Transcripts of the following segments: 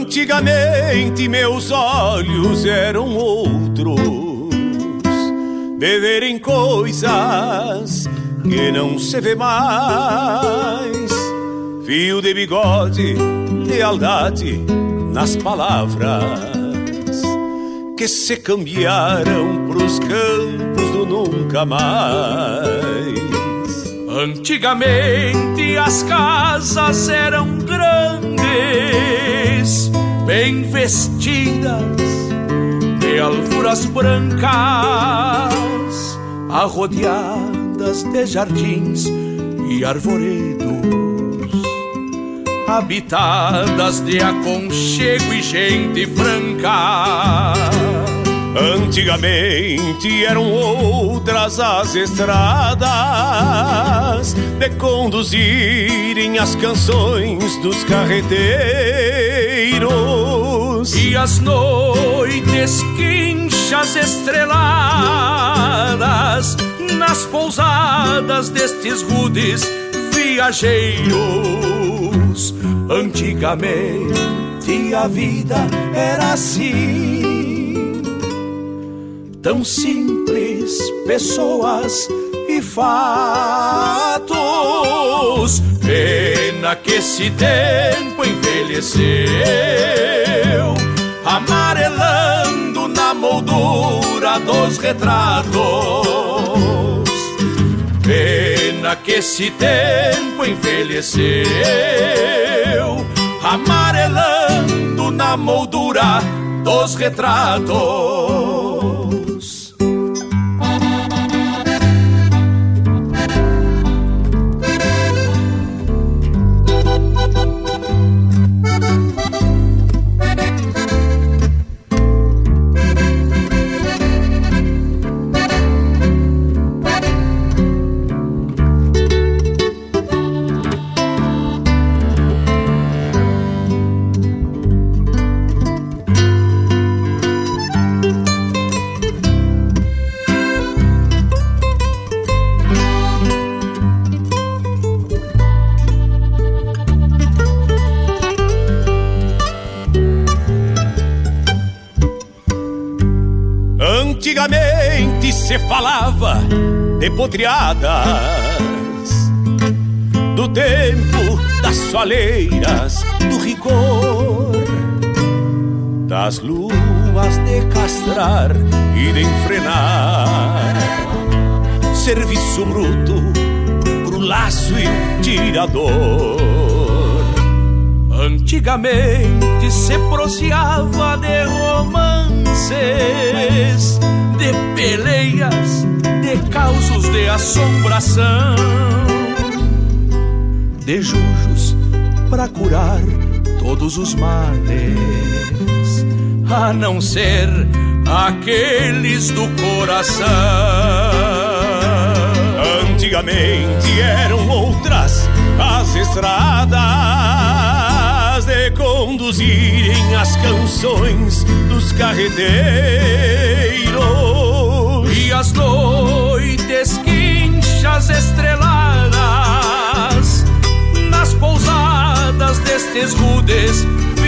Antigamente meus olhos eram outros, de verem coisas que não se vê mais. Fio de bigode, lealdade nas palavras que se cambiaram pros campos do nunca mais. Antigamente as casas eram grandes, bem vestidas de alfuras brancas, arrodeadas de jardins e arvoredos, habitadas de aconchego e gente franca. Antigamente eram outras as estradas de conduzirem as canções dos carreteiros, e as noites quinchas estreladas nas pousadas destes rudes viajeiros. Antigamente a vida era assim, tão simples, pessoas e fatos. Pena que esse tempo envelheceu, amarelando na moldura dos retratos. Pena que esse tempo envelheceu, amarelando na moldura dos retratos. Antigamente se falava de potreadas, do tempo das soleiras, do rigor, das luas de castrar e de enfrenar, serviço bruto pro laço e o tirador. Antigamente se proseava de romances, de peleias, de causos de assombração, de jujos pra curar todos os males, a não ser aqueles do coração. Antigamente eram outras as estradas de conduzirem as canções dos carreteiros, e as noites quinchas estreladas nas pousadas destes rudes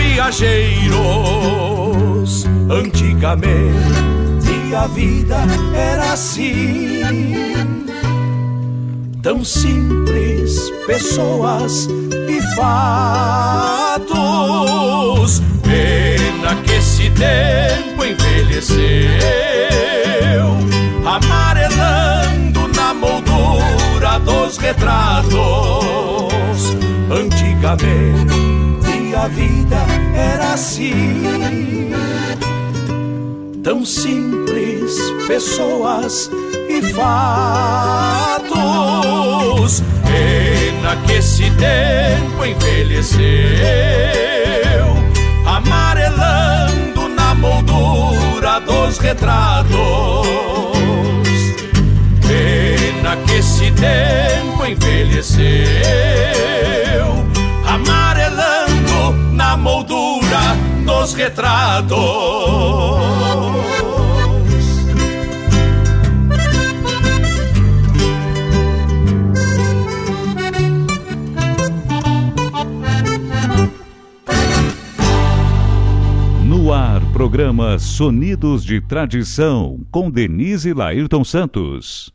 viajeiros. Antigamente a vida era assim, tão simples, pessoas e fatos. Pena que esse tempo envelheceu, amarelando na moldura dos retratos. Antigamente a vida era assim, tão simples, pessoas e fatos. Pena que esse tempo envelheceu, amarelando na moldura dos retratos. Pena que esse tempo envelheceu, amarelando na moldura dos retratos. Programa Sonidos de Tradição, com Denise Laírton Santos.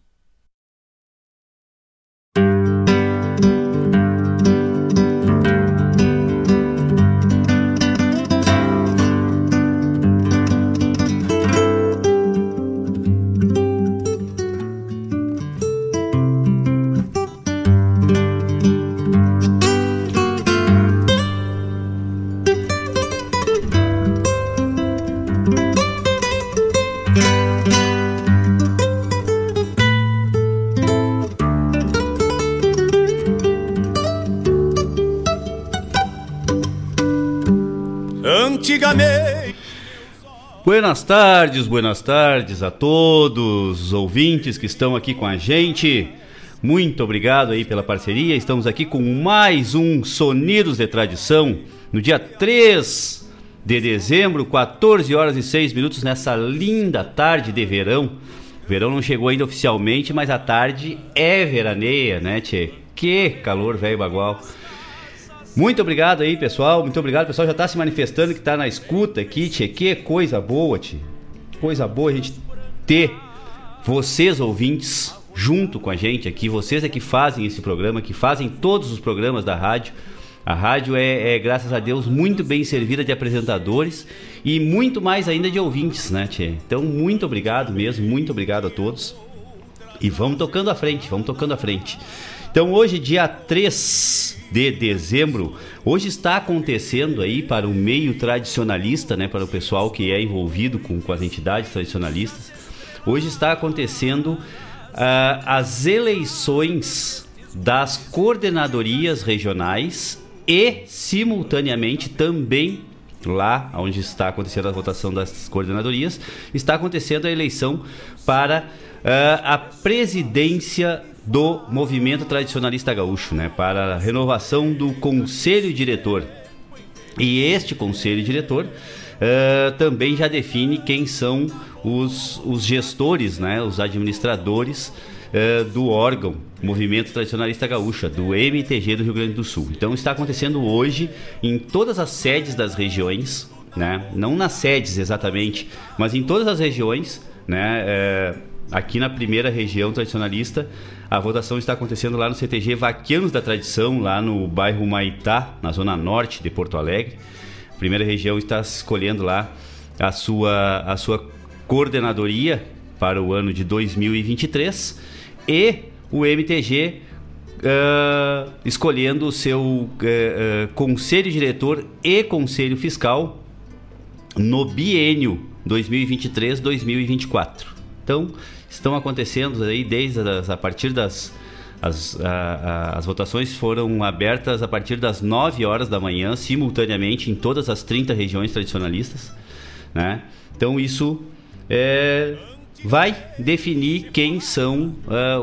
Buenas tardes a todos os ouvintes que estão aqui com a gente. Muito obrigado aí pela parceria. Estamos aqui com mais um Sonidos de Tradição, no dia 3 de dezembro, 14 horas e 6 minutos, nessa linda tarde de verão. O verão não chegou ainda oficialmente, mas a tarde é veraneia, né, tchê? Que calor, velho bagual. Muito obrigado aí, pessoal. Muito obrigado, pessoal. Já está se manifestando que está na escuta aqui, tchê. Que coisa boa, tchê. Coisa boa a gente ter vocês, ouvintes, junto com a gente aqui. Vocês é que fazem esse programa, que fazem todos os programas da rádio. A rádio é, graças a Deus, muito bem servida de apresentadores e muito mais ainda de ouvintes, né, tchê? Então, muito obrigado mesmo. Muito obrigado a todos. E vamos tocando à frente, Então, hoje, dia 3 de dezembro, hoje está acontecendo aí para o meio tradicionalista, né, para o pessoal que é envolvido com as entidades tradicionalistas, hoje está acontecendo as eleições das coordenadorias regionais e, simultaneamente, também lá onde está acontecendo a votação das coordenadorias, está acontecendo a eleição para a presidência do Movimento Tradicionalista Gaúcho, né, para a renovação do Conselho Diretor. E este Conselho Diretor também já define quem são os gestores, né, os administradores do órgão Movimento Tradicionalista Gaúcho, do MTG do Rio Grande do Sul. Então está acontecendo hoje em todas as sedes das regiões, né, não nas sedes exatamente, mas em todas as regiões, né, aqui na primeira região tradicionalista, a votação está acontecendo lá no CTG Vaquianos da Tradição, lá no bairro Maitá, na zona norte de Porto Alegre. A primeira região está escolhendo lá a sua coordenadoria para o ano de 2023 e o MTG escolhendo o seu conselho diretor e conselho fiscal no biênio 2023-2024. Então, estão acontecendo aí a partir das... As votações foram abertas a partir das 9 horas da manhã, simultaneamente, em todas as 30 regiões tradicionalistas, né? Então, isso vai definir quem são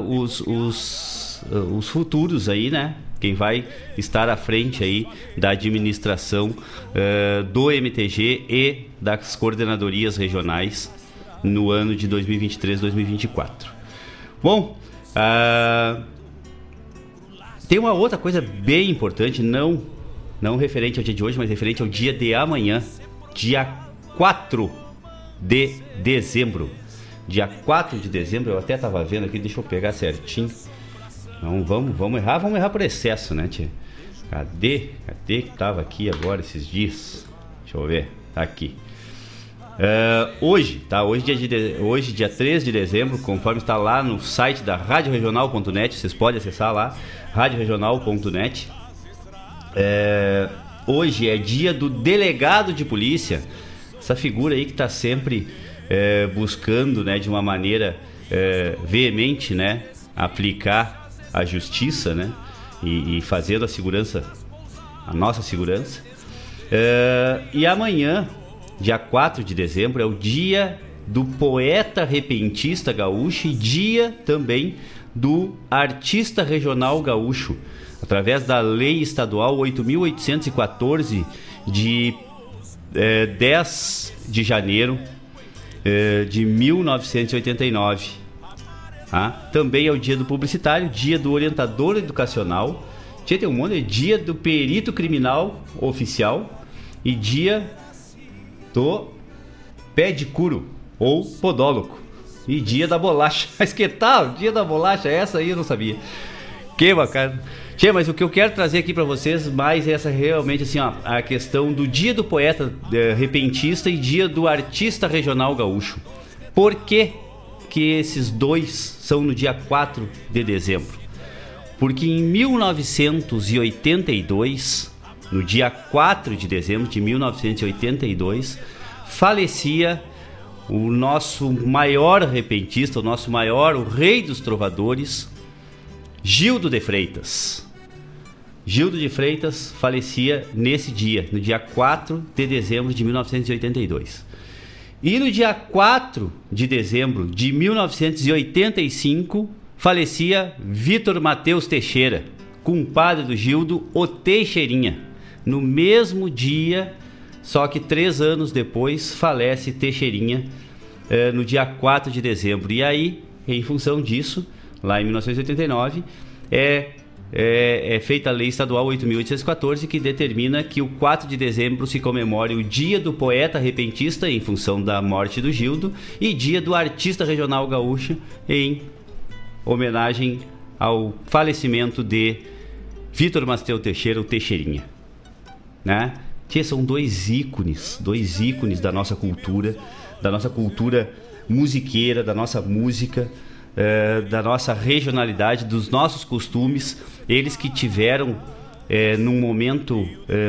os futuros aí, né? Quem vai estar à frente aí da administração do MTG e das coordenadorias regionais no ano de 2023-2024. Bom, tem uma outra coisa bem importante, não referente ao dia de hoje, mas referente ao dia de amanhã, dia 4 de dezembro. Dia 4 de dezembro, eu até estava vendo aqui, deixa eu pegar certinho. Não, vamos errar por excesso, né, tia? Cadê que estava aqui agora esses dias? Deixa eu ver, tá aqui. Hoje, dia 3 de dezembro, conforme está lá no site da radioregional.net, vocês podem acessar lá, radioregional.net. Hoje é dia do delegado de polícia, essa figura aí que está sempre buscando, né, de uma maneira veemente, né, aplicar a justiça, né, e fazendo a nossa segurança. E amanhã, dia 4 de dezembro, é o dia do poeta repentista gaúcho e dia também do artista regional gaúcho, através da Lei Estadual 8.814 de 10 de janeiro de 1989. Também é o dia do publicitário, dia do orientador educacional, tem um monte de dia do perito criminal oficial e dia do pé de curo ou podólogo. E dia da bolacha. Mas que tal? Dia da bolacha, essa aí eu não sabia. Que bacana. Tchê, mas o que eu quero trazer aqui para vocês mais é essa realmente assim, ó, a questão do dia do poeta repentista e dia do artista regional gaúcho. Por que esses dois são no dia 4 de dezembro? Porque em 1982, no dia 4 de dezembro de 1982, falecia o nosso maior repentista, o rei dos trovadores, Gildo de Freitas. Gildo de Freitas falecia nesse dia, no dia 4 de dezembro de 1982. E no dia 4 de dezembro de 1985, falecia Vitor Mateus Teixeira, compadre do Gildo, o Teixeirinha. No mesmo dia, só que 3 anos depois, falece Teixeirinha, no dia 4 de dezembro. E aí, em função disso, lá em 1989, é feita a Lei Estadual 8.814, que determina que o 4 de dezembro se comemore o Dia do Poeta Repentista, em função da morte do Gildo, e Dia do Artista Regional Gaúcho, em homenagem ao falecimento de Vitor Mateus Teixeira, o Teixeirinha. Né? São dois ícones da nossa cultura musiqueira, da nossa música, da nossa regionalidade, dos nossos costumes. Eles que tiveram num momento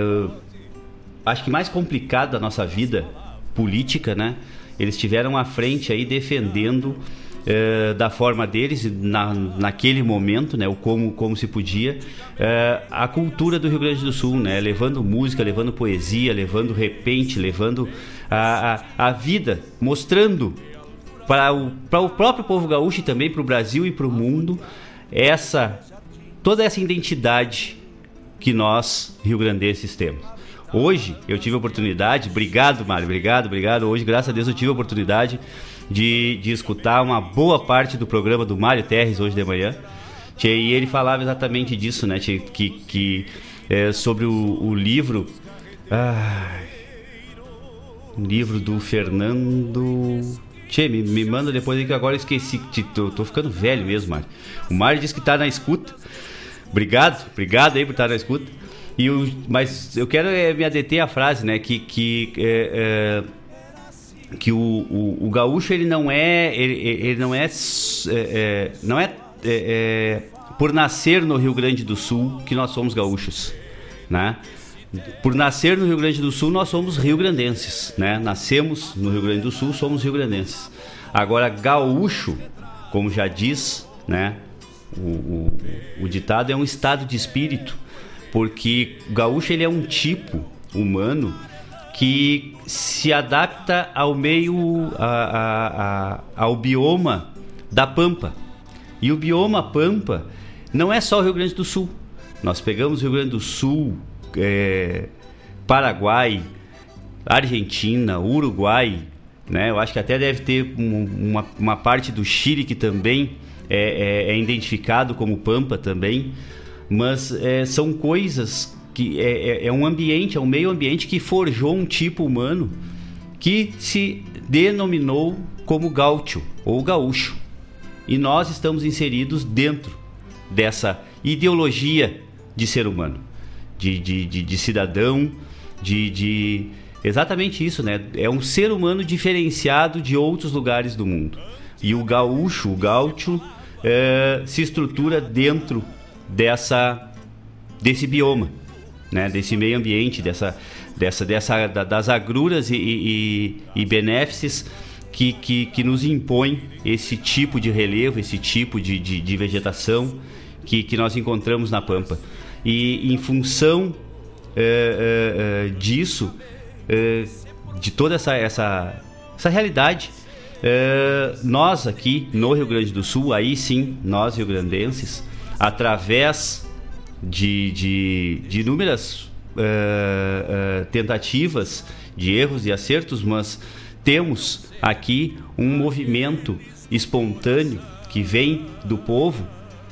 acho que mais complicado da nossa vida política, né? Eles estiveram à frente aí defendendo da forma deles, naquele momento, né? Como se podia, a cultura do Rio Grande do Sul, né? Levando música, levando poesia, levando repente, levando a vida, mostrando para o próprio povo gaúcho e também para o Brasil e para o mundo toda essa identidade que nós rio-grandenses temos. Hoje eu tive a oportunidade, obrigado Mário, obrigado. Hoje, graças a Deus, eu tive a oportunidade de escutar uma boa parte do programa do Mário Terres hoje de manhã. E ele falava exatamente disso, né? Que sobre o livro, o livro do Fernando. Me manda depois aí, que agora eu esqueci. Tô ficando velho mesmo, Mário. O Mário disse que tá na escuta. Obrigado aí por estar na escuta. Mas eu quero me adeter à frase, né? Que o gaúcho, ele não é por nascer no Rio Grande do Sul que nós somos gaúchos, né? Por nascer no Rio Grande do Sul, nós somos rio-grandenses, né? Nascemos no Rio Grande do Sul, somos rio-grandenses. Agora, gaúcho, como já diz, né? O ditado é um estado de espírito, porque o gaúcho, ele é um tipo humano que se adapta ao meio, ao bioma da Pampa. E o bioma Pampa não é só o Rio Grande do Sul. Nós pegamos o Rio Grande do Sul, Paraguai, Argentina, Uruguai, né? Eu acho que até deve ter uma parte do Chile que também é identificado como Pampa também, mas são coisas que é um ambiente, é um meio ambiente que forjou um tipo humano que se denominou como gaúcho ou gaúcho, e nós estamos inseridos dentro dessa ideologia de ser humano, de cidadão, exatamente isso, né? É um ser humano diferenciado de outros lugares do mundo. E o gaúcho se estrutura dentro desse bioma, né? Desse meio ambiente, das agruras e benéfices que nos impõe esse tipo de relevo, esse tipo de vegetação que nós encontramos na Pampa. E em função disso, de toda essa realidade, nós aqui no Rio Grande do Sul, aí sim, nós rio-grandenses, através de inúmeras tentativas de erros e acertos, mas temos aqui um movimento espontâneo que vem do povo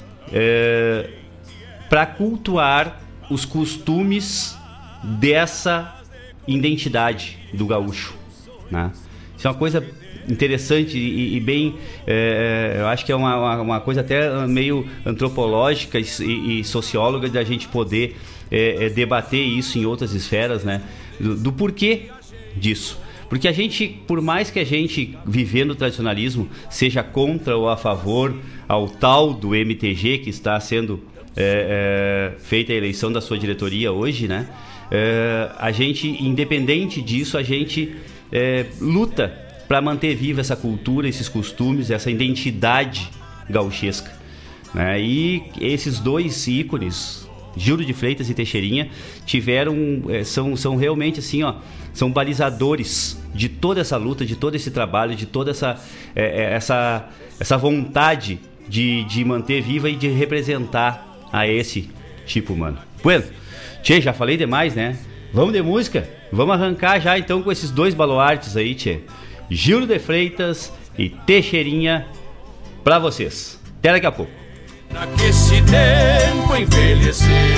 para cultuar os costumes dessa identidade do gaúcho, né? Isso é uma coisa interessante e bem, eu acho que é uma coisa até meio antropológica e socióloga da gente poder debater isso em outras esferas, né? Do porquê disso. Porque a gente, por mais que a gente vivendo o tradicionalismo seja contra ou a favor ao tal do MTG que está sendo feita a eleição da sua diretoria hoje, né? A gente, independente disso, a gente luta para manter viva essa cultura, esses costumes, essa identidade gauchesca, né? E esses dois ícones, Gildo de Freitas e Teixeirinha, são realmente assim, ó, são balizadores de toda essa luta, de todo esse trabalho, de toda essa vontade de manter viva e de representar a esse tipo humano. Bueno, tchê, já falei demais, né? Vamos de música? Vamos arrancar já então com esses dois baluartes aí, tchê. Gildo de Freitas e Teixeirinha pra vocês. Até daqui a pouco. Naquesse tempo envelhecer,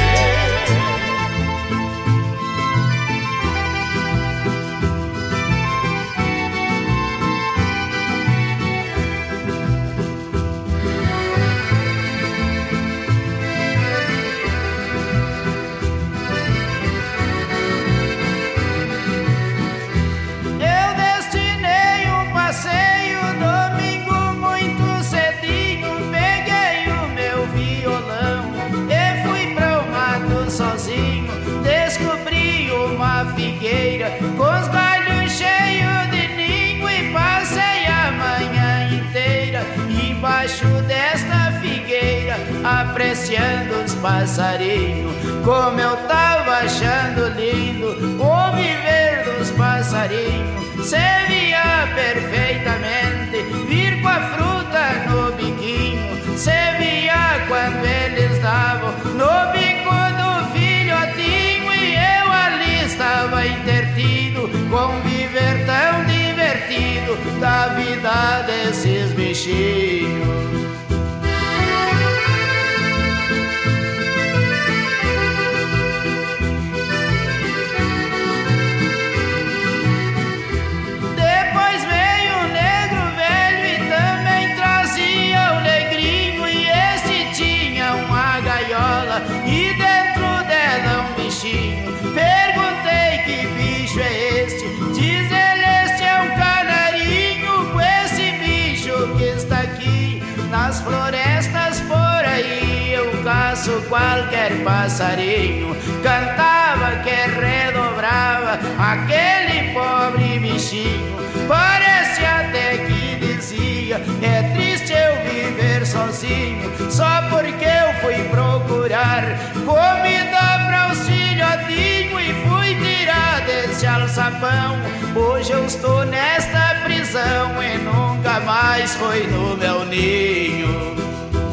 com os galhos cheios de ninho, e passei a manhã inteira embaixo desta figueira, apreciando os passarinhos. Como eu tava achando lindo o viver dos passarinhos, se via perfeitamente vir com a fruta no biquinho, se via quando eles davam no bico do filhotinho, e eu ali estava intertido com viver tão divertido da vida desses bichinhos. Depois veio o negro velho e também trazia o negrinho, e este tinha uma gaiola e dentro dela um bichinho. Perguntei que bicho é este, diz ele, este é um canarinho, com esse bicho que está aqui nas florestas por aí. Eu caço qualquer passarinho, cantava que redobrava aquele pobre bichinho. Parece até que dizia, é triste eu viver sozinho, só porque eu fui procurar comida para os filhotinhos e fui tirar desse alçapão. Hoje eu estou nesta prisão e nunca mais foi no meu ninho.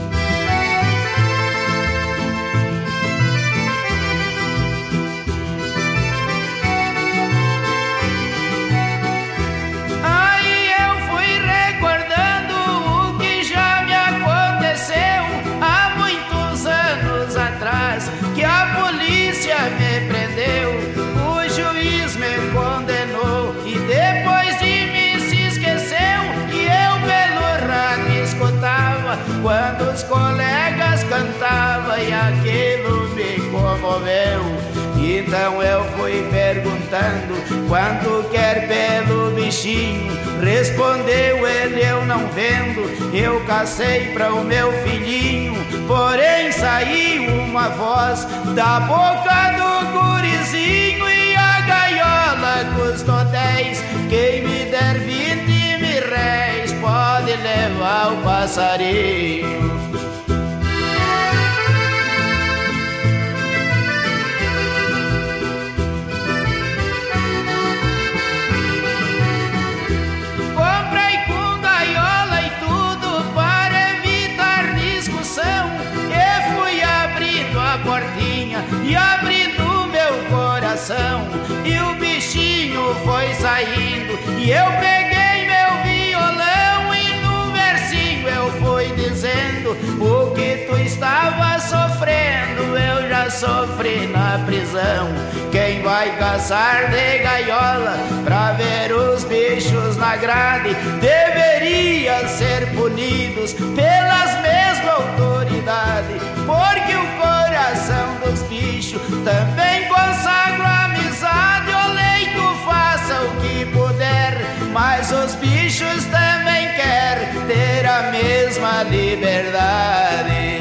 Aí eu fui recordando o que já me aconteceu há muitos anos atrás, que a polícia me prendeu, o juiz me condenou e depois de mim se esqueceu. E eu pelo rádio escutava quando os colegas cantavam e aquilo me comoveu. Então eu fui perguntando quanto quer pelo bichinho, respondeu ele, eu não vendo, eu cacei para o meu filhinho. Porém saiu uma voz da boca do gurizinho, e a gaiola custou 10, quem me der 20 mil réis pode levar o passarinho. Comprei com gaiola e tudo para evitar discussão, e fui abrindo a portinha e abrindo meu coração, e o bichinho foi saindo e eu peguei meu violão, e no versinho eu fui dizendo o que tu estava sofrendo, eu já sofri na prisão. Quem vai caçar de gaiola pra ver os bichos na grade deveria ser punidos pelas mesmas autoridades, porque o coração dos bichos também consagra a amizade. O leito faça o que puder, mas os bichos também querem ter a mesma liberdade.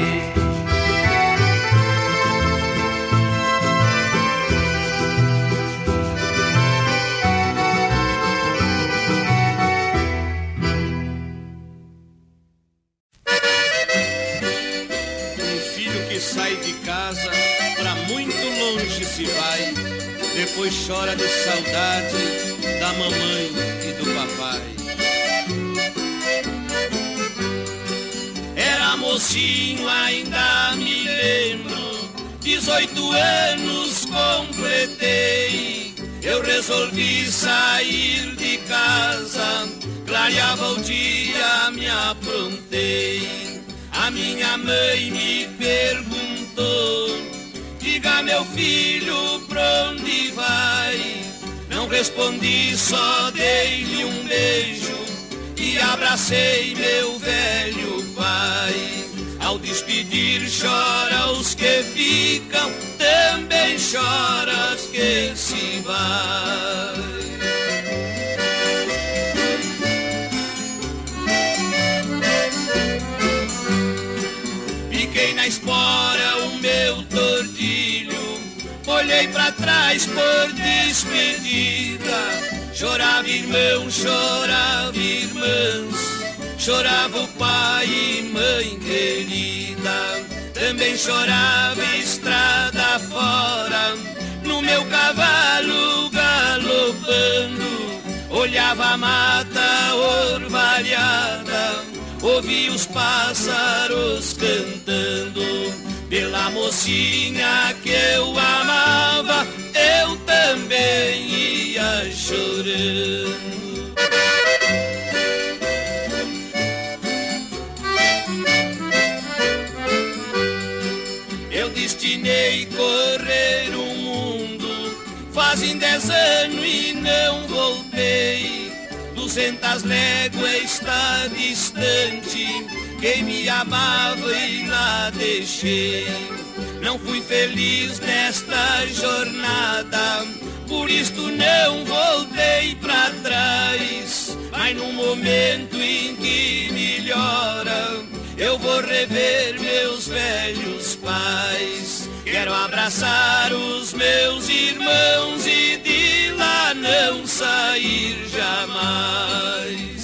Sai de casa, pra muito longe se vai, depois chora de saudade da mamãe e do papai. Era mocinho, ainda me lembro, 18 anos completei. Eu resolvi sair de casa, clareava o dia, me aprontei. A minha mãe me perguntou: diga, meu filho, pra onde vai? Não respondi, só dei-lhe um beijo e abracei meu velho pai. Ao despedir chora os que ficam, também chora os que se vai. Piquei na espora o meu tordilho, olhei pra trás por despedida. Chorava irmão, chorava irmãs, chorava o pai e mãe querida. Também chorava estrada fora, no meu cavalo galopando. Olhava a mata orvalhada, ouvi os pássaros cantando. Pela mocinha que eu amava, eu também ia chorando. Eu destinei correr o mundo, fazem 10 anos e não voltei. 200 léguas está distante, quem me amava e lá deixei. Não fui feliz nesta jornada, por isto não voltei pra trás. Mas no momento em que melhora, eu vou rever meus velhos pais. Quero abraçar os meus irmãos e de lá não sair jamais.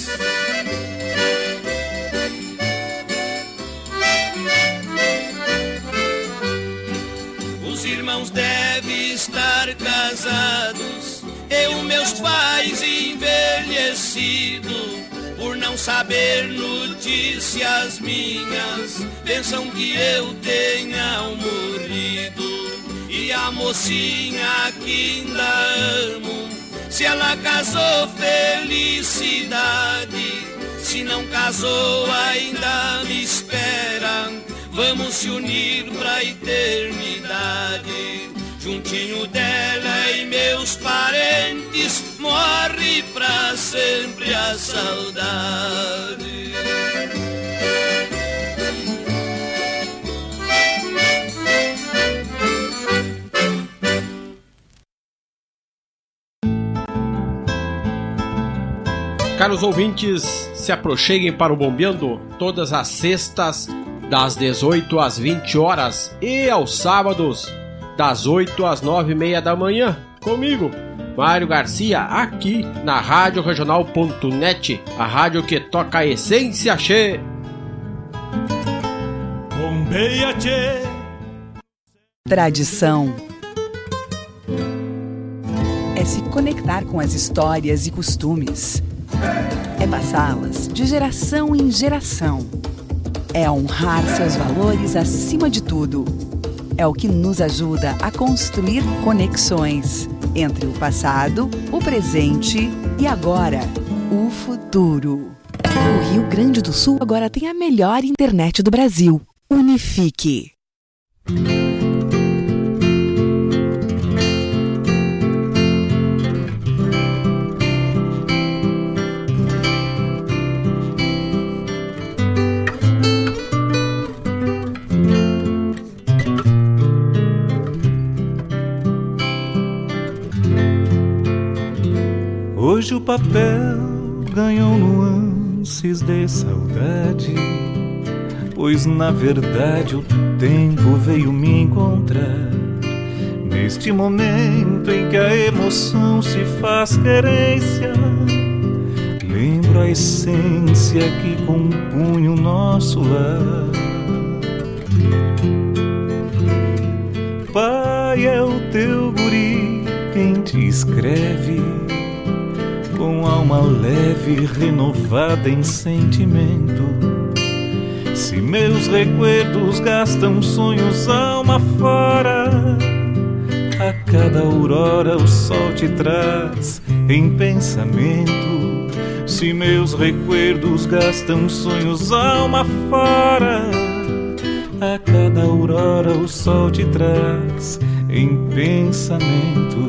Os irmãos devem estar casados, eu, meus pais envelhecidos. Por não saber notícias minhas, pensam que eu tenha morrido. E a mocinha que ainda amo, se ela casou, felicidade. Se não casou, ainda me espera. Vamos se unir pra eternidade. Juntinho dela e meus parentes, morre pra sempre a saudade. Caros ouvintes, se aproxeguem para o Bombeando todas as sextas, das 18 às 20 horas e aos sábados, das 8 às 9h30 da manhã, comigo, Mário Garcia, aqui na Rádio Regional.net, a rádio que toca a essência, che. Bombeia, che. Tradição é se conectar com as histórias e costumes, é passá-las de geração em geração, é honrar seus valores acima de tudo. É o que nos ajuda a construir conexões entre o passado, o presente e agora, o futuro. O Rio Grande do Sul agora tem a melhor internet do Brasil. Unifique. Hoje o papel ganhou nuances de saudade, pois na verdade o tempo veio me encontrar. Neste momento em que a emoção se faz querência, lembro a essência que compunha o nosso lar. Pai é o teu guri quem te escreve, com alma leve renovada em sentimento. Se meus recuerdos gastam sonhos alma fora, a cada aurora o sol te traz em pensamento. Se meus recuerdos gastam sonhos alma fora, a cada aurora o sol te traz em pensamento.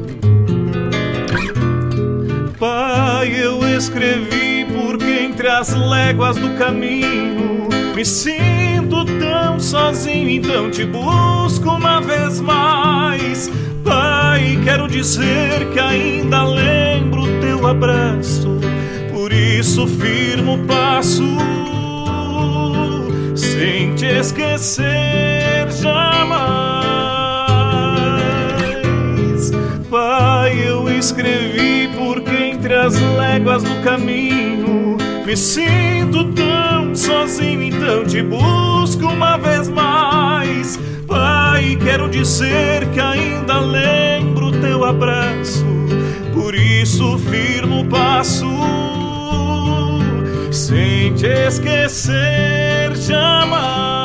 Pai, eu escrevi porque entre as léguas do caminho me sinto tão sozinho, então te busco uma vez mais. Pai, quero dizer que ainda lembro teu abraço, por isso firmo o passo, sem te esquecer jamais. Pai, eu escrevi porque entre as léguas do caminho me sinto tão sozinho, então te busco uma vez mais. Pai, quero dizer que ainda lembro teu abraço, por isso firmo o passo, sem te esquecer jamais.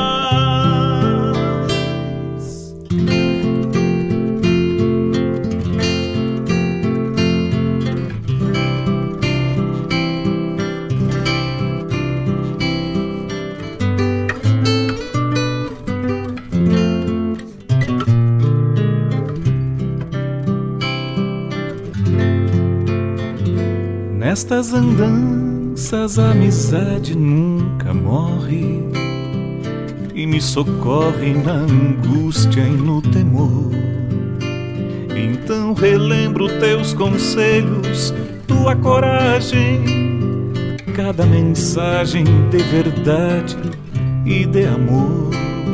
Nestas andanças a amizade nunca morre e me socorre na angústia e no temor. Então relembro teus conselhos, tua coragem, cada mensagem de verdade e de amor.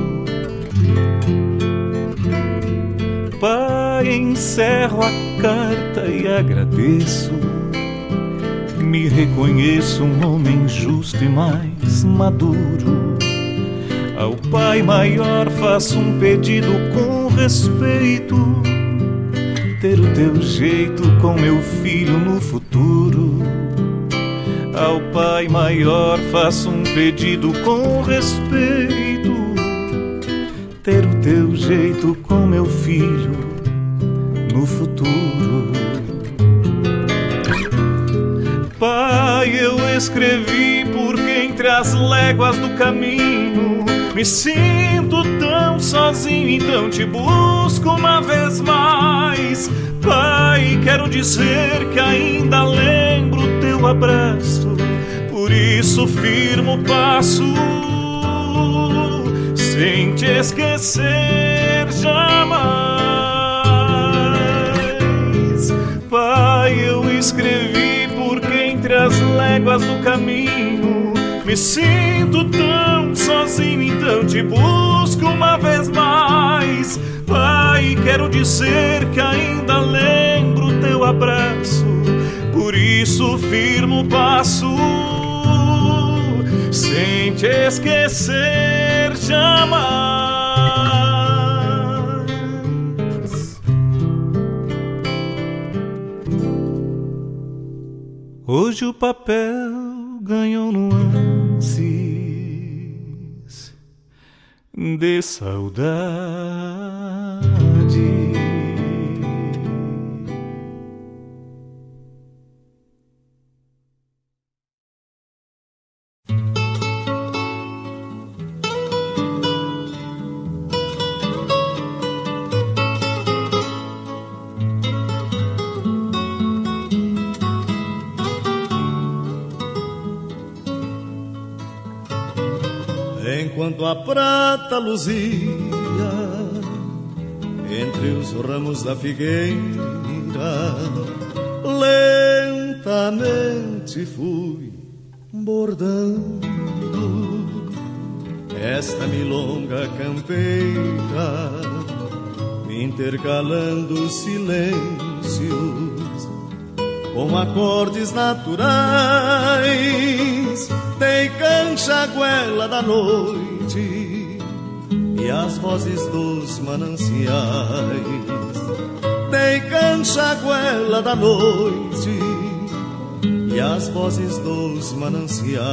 Pai, encerro a carta e agradeço. Me reconheço um homem justo e mais maduro. Ao Pai maior faço um pedido com respeito, ter o teu jeito com meu filho no futuro. Ao Pai maior faço um pedido com respeito, ter o teu jeito com meu filho no futuro. Pai, eu escrevi porque entre as léguas do caminho me sinto tão sozinho, então te busco uma vez mais. Pai, quero dizer que ainda lembro teu abraço, por isso firmo o passo, sem te esquecer jamais. Pai, eu escrevi entre as léguas do caminho me sinto tão sozinho, então te busco uma vez mais. Pai, quero dizer que ainda lembro teu abraço, por isso firmo o passo, sem te esquecer jamais. Hoje o papel ganhou nuances de saudade. Enquanto a prata luzia entre os ramos da figueira, lentamente fui bordando esta milonga campeira, intercalando silêncios com acordes naturais. Dei cancha à goela da noite e as vozes dos mananciais. Dei cancha à goela da noite e as vozes dos mananciais.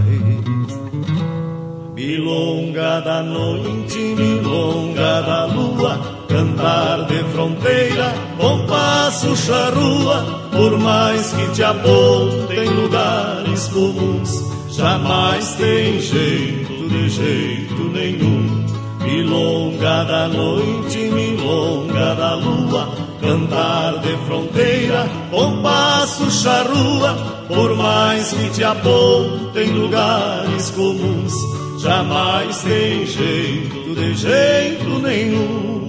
Milonga da noite, milonga da lua, cantar de fronteira, compasso charrua, por mais que te apontem lugares comuns, jamais tem jeito de jeito nenhum. Milonga da noite, milonga da lua, cantar de fronteira, compasso charrua, por mais que te apontem lugares comuns, jamais tem jeito de jeito nenhum.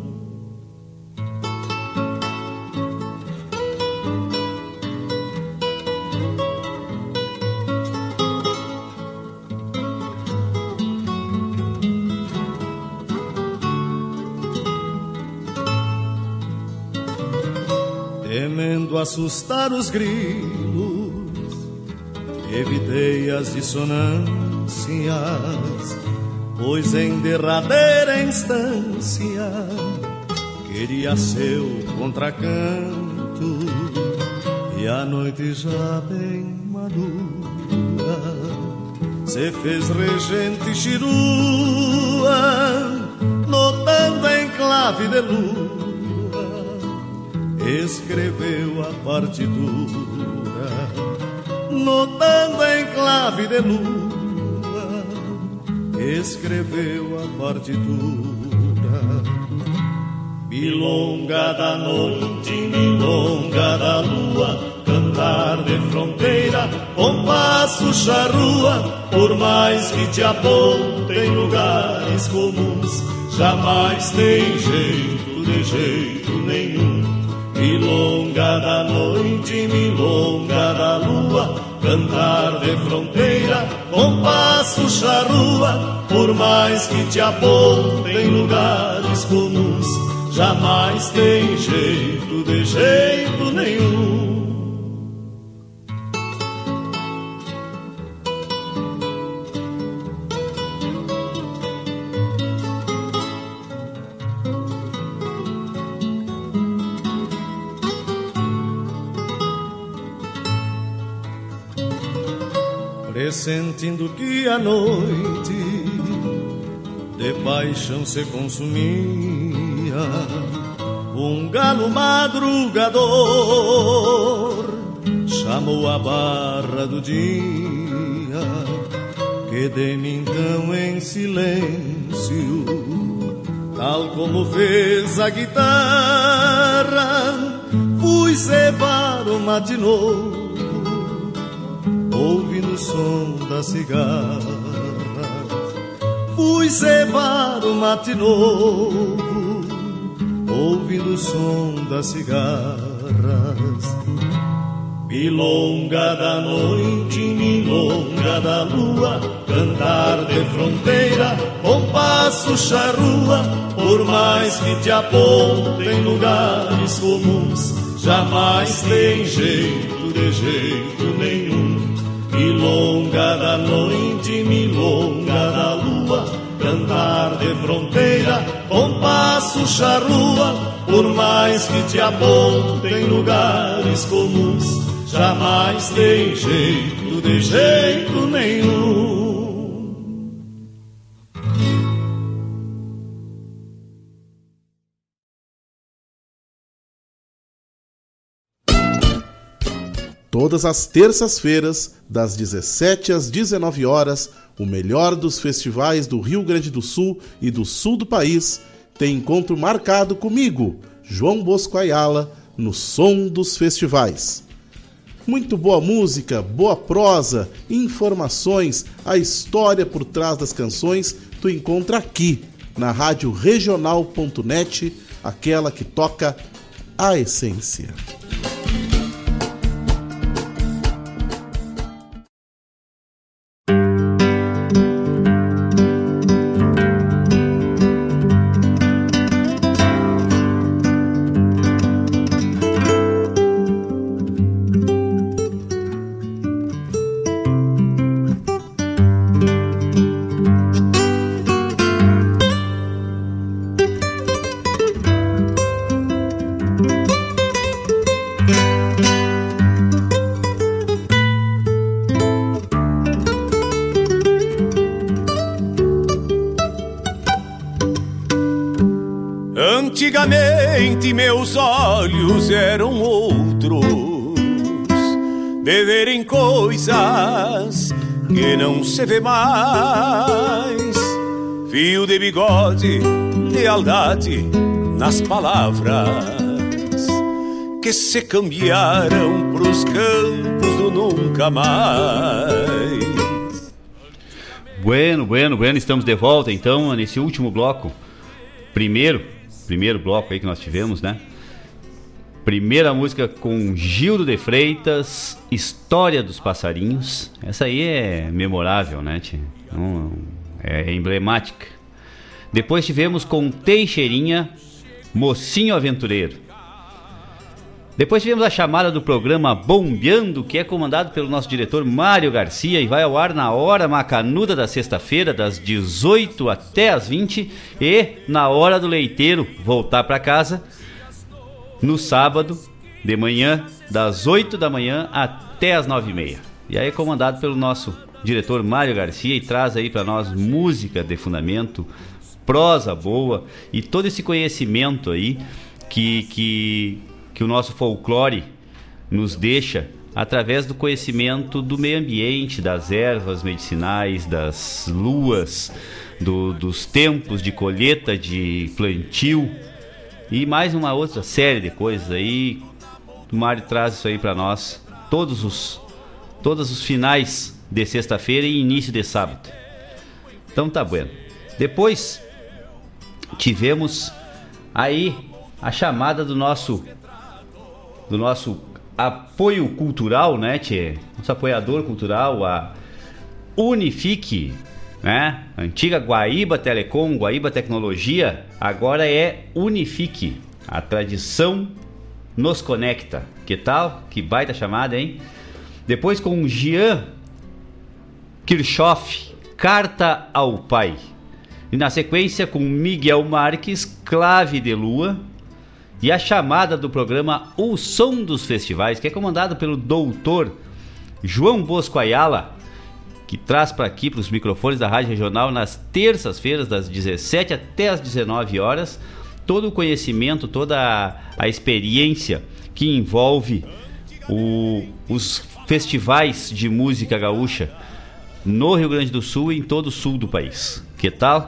Temendo assustar os grilos, evitei as dissonâncias, pois em derradeira instância queria seu contracanto. E a noite já bem madura se fez regente chirua, notando em clave de lua escreveu a partitura, notando em clave de lua escreveu a partitura. Milonga da noite, milonga da lua, cantar de fronteira, compasso charrua, por mais que te apontem lugares comuns, jamais tem jeito de jeito nenhum. Milonga da noite, milonga da lua, cantar de fronteira, compasso charrua, por mais que te apontem lugares comuns, jamais tem jeito de jeito nenhum. Pressentindo que a noite de paixão se consumia, um galo madrugador chamou a barra do dia, que de mim então em silêncio, tal como fez a guitarra, fui cevar o mate novo, ouvindo o som das cigarras. Fui cevar o mate novo, ouvindo o som das cigarras. Milonga da noite, milonga da lua, cantar de fronteira, compasso charrua, por mais que te apontem lugares comuns, jamais tem jeito de jeito nenhum. Milonga da noite, milonga da lua, cantar de fronteira, compasso charrua, por mais que te apontem lugares comuns, jamais tem jeito de jeito nenhum. Todas as terças-feiras, das 17 às 19 horas, o melhor dos festivais do Rio Grande do Sul e do sul do país tem encontro marcado comigo, João Bosco Ayala, no Som dos Festivais. Muito boa música, boa prosa, informações, a história por trás das canções, tu encontra aqui, na Rádio Regional.net, aquela que toca a essência. Antigamente meus olhos eram outros, de verem coisas que não se vê mais. Fio de bigode, lealdade nas palavras que se cambiaram pros campos do nunca mais. Bueno, estamos de volta então nesse último bloco. Primeiro bloco aí que nós tivemos, né? Primeira música com Gildo de Freitas, História dos Passarinhos. Essa aí é memorável, né, tia? É emblemática. Depois tivemos com Teixeirinha, Mocinho Aventureiro. Depois tivemos a chamada do programa Bombeando, que é comandado pelo nosso diretor Mário Garcia e vai ao ar na hora macanuda da sexta-feira, das 18 até as 20, e na hora do leiteiro voltar para casa, no sábado de manhã, das 8 da manhã até as 9h30. E aí é comandado pelo nosso diretor Mário Garcia e traz aí para nós música de fundamento, prosa boa e todo esse conhecimento aí que o nosso folclore nos deixa através do conhecimento do meio ambiente, das ervas medicinais, das luas, dos tempos de colheita, de plantio e mais uma outra série de coisas aí. O Mário traz isso aí para nós todos os finais de sexta-feira e início de sábado. Então tá bueno. Depois tivemos aí a chamada do nosso apoio cultural, né, tchê? Nosso apoiador cultural, a Unifique, né? Antiga Guaíba Telecom, Guaíba Tecnologia, agora é Unifique. A tradição nos conecta. Que tal? Que baita chamada, hein? Depois com Jean Kirchhoff, Carta ao Pai. E na sequência com Miguel Marques, Clave de Lua. E a chamada do programa O Som dos Festivais, que é comandado pelo doutor João Bosco Ayala, que traz para aqui, para os microfones da Rádio Regional, nas terças-feiras, das 17 até as 19 horas, todo o conhecimento, toda a experiência que envolve os festivais de música gaúcha no Rio Grande do Sul e em todo o sul do país. Que tal?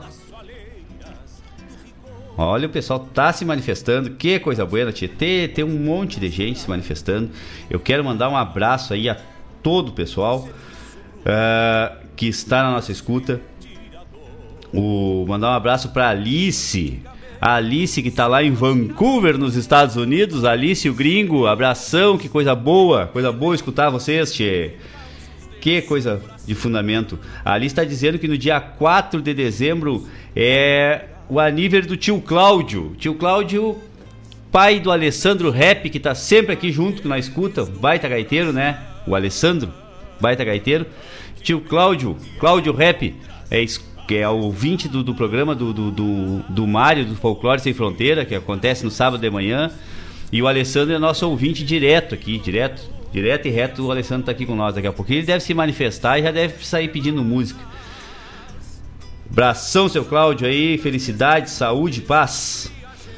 Olha, o pessoal tá se manifestando, que coisa boa, tia. Tem um monte de gente se manifestando. Eu quero mandar um abraço aí a todo o pessoal que está na nossa escuta. Mandar um abraço para Alice. A Alice que tá lá em Vancouver, nos Estados Unidos. Alice, o gringo, abração, que coisa boa escutar vocês, tchê. Que coisa de fundamento. A Alice está dizendo que no dia 4 de dezembro é o aniversário do tio Cláudio. Tio Cláudio, pai do Alessandro Rap, que tá sempre aqui junto, que nós escuta, baita gaiteiro, né? O Alessandro, baita gaiteiro. Tio Cláudio Rap, que é o ouvinte do programa do Mário, do Folclore Sem Fronteira, que acontece no sábado de manhã. E o Alessandro é nosso ouvinte direto aqui, direto e reto. O Alessandro tá aqui com nós daqui a pouquinho. Ele deve se manifestar e já deve sair pedindo música. Abração, seu Cláudio aí, felicidade, saúde, paz.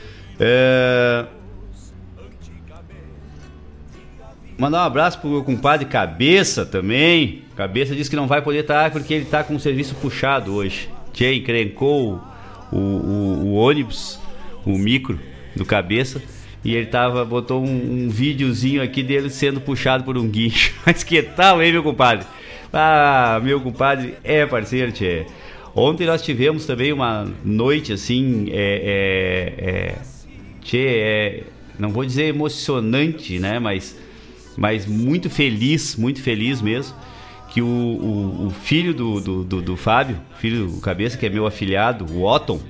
Mandar um abraço pro meu compadre Cabeça também. Cabeça disse que não vai poder estar porque ele tá com o serviço puxado hoje. Tchê, encrencou o ônibus, o micro do Cabeça, e ele botou um videozinho aqui dele sendo puxado por um guincho. Mas que tal, hein, meu compadre? Ah, meu compadre é parceiro, tchê. Ontem nós tivemos também uma noite assim, não vou dizer emocionante, né? Mas muito feliz mesmo, que o filho do Fábio, filho do Cabeça, que é meu afilhado, o Otton,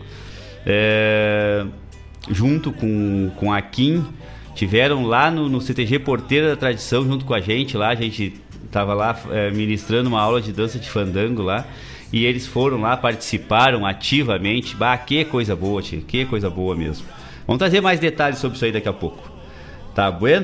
junto com a Kim, tiveram lá no CTG Porteira da Tradição junto com a gente lá. A gente estava lá ministrando uma aula de dança de fandango lá. E eles foram lá, participaram ativamente. Bah, que coisa boa, tia, que coisa boa mesmo. Vamos trazer mais detalhes sobre isso aí daqui a pouco. Tá bueno?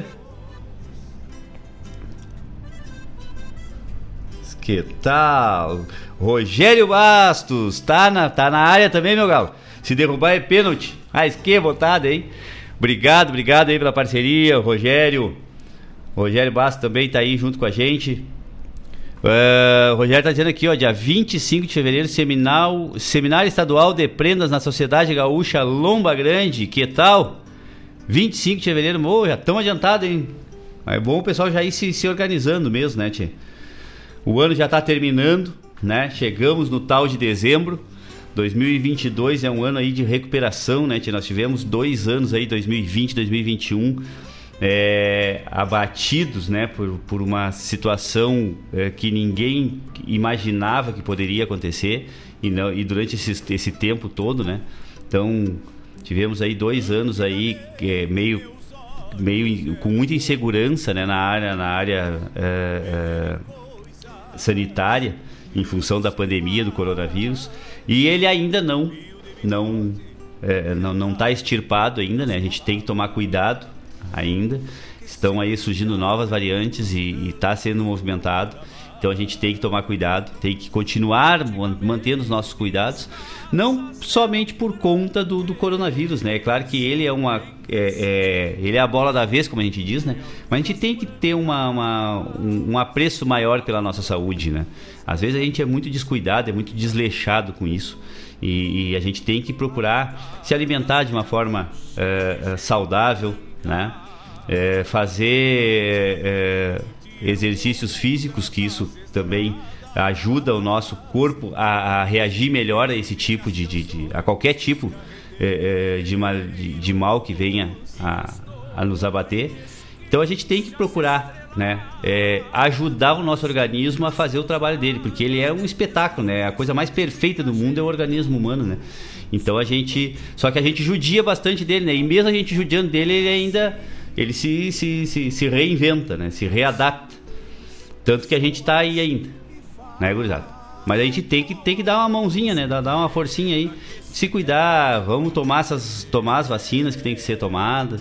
Que tal? Rogério Bastos, tá na área também, meu galo. Se derrubar é pênalti. Mas que botada, hein? Obrigado aí pela parceria, o Rogério Basso também tá aí junto com a gente. O Rogério tá dizendo aqui, ó, dia 25 de fevereiro, Seminário Estadual de Prendas na Sociedade Gaúcha Lomba Grande, que tal? 25 de fevereiro, já tão adiantado, hein? É bom o pessoal já ir se organizando mesmo, né, tchê? O ano já tá terminando, né? Chegamos no tal de dezembro. 2022 é um ano aí de recuperação, né, tchê? Nós tivemos 2 anos aí, 2020, 2021, abatidos, né, por uma situação que ninguém imaginava que poderia acontecer e durante esse tempo todo, né? Então tivemos aí 2 anos aí meio com muita insegurança, né, na área sanitária, em função da pandemia do coronavírus, e ele ainda não está extirpado ainda, né? A gente tem que tomar cuidado ainda. Estão aí surgindo novas variantes e está sendo movimentado. Então a gente tem que tomar cuidado, tem que continuar mantendo os nossos cuidados, não somente por conta do coronavírus, né? É claro que ele ele é a bola da vez, como a gente diz, né? Mas a gente tem que ter um apreço maior pela nossa saúde, né? Às vezes a gente é muito descuidado, é muito desleixado com isso. E a gente tem que procurar se alimentar de uma forma saudável, né? Fazer exercícios físicos, que isso também ajuda o nosso corpo a reagir melhor a esse tipo a qualquer tipo de mal que venha a nos abater. Então a gente tem que procurar, né, ajudar o nosso organismo a fazer o trabalho dele, porque ele é um espetáculo, né? A coisa mais perfeita do mundo é o organismo humano, né? Então só que a gente judia bastante dele, né? E mesmo a gente judiando dele, ele se reinventa, né? Se readapta. Tanto que a gente tá aí ainda, né, gurizada? Mas a gente tem que dar uma mãozinha, né? Dar uma forcinha aí, se cuidar, vamos tomar as vacinas que tem que ser tomadas.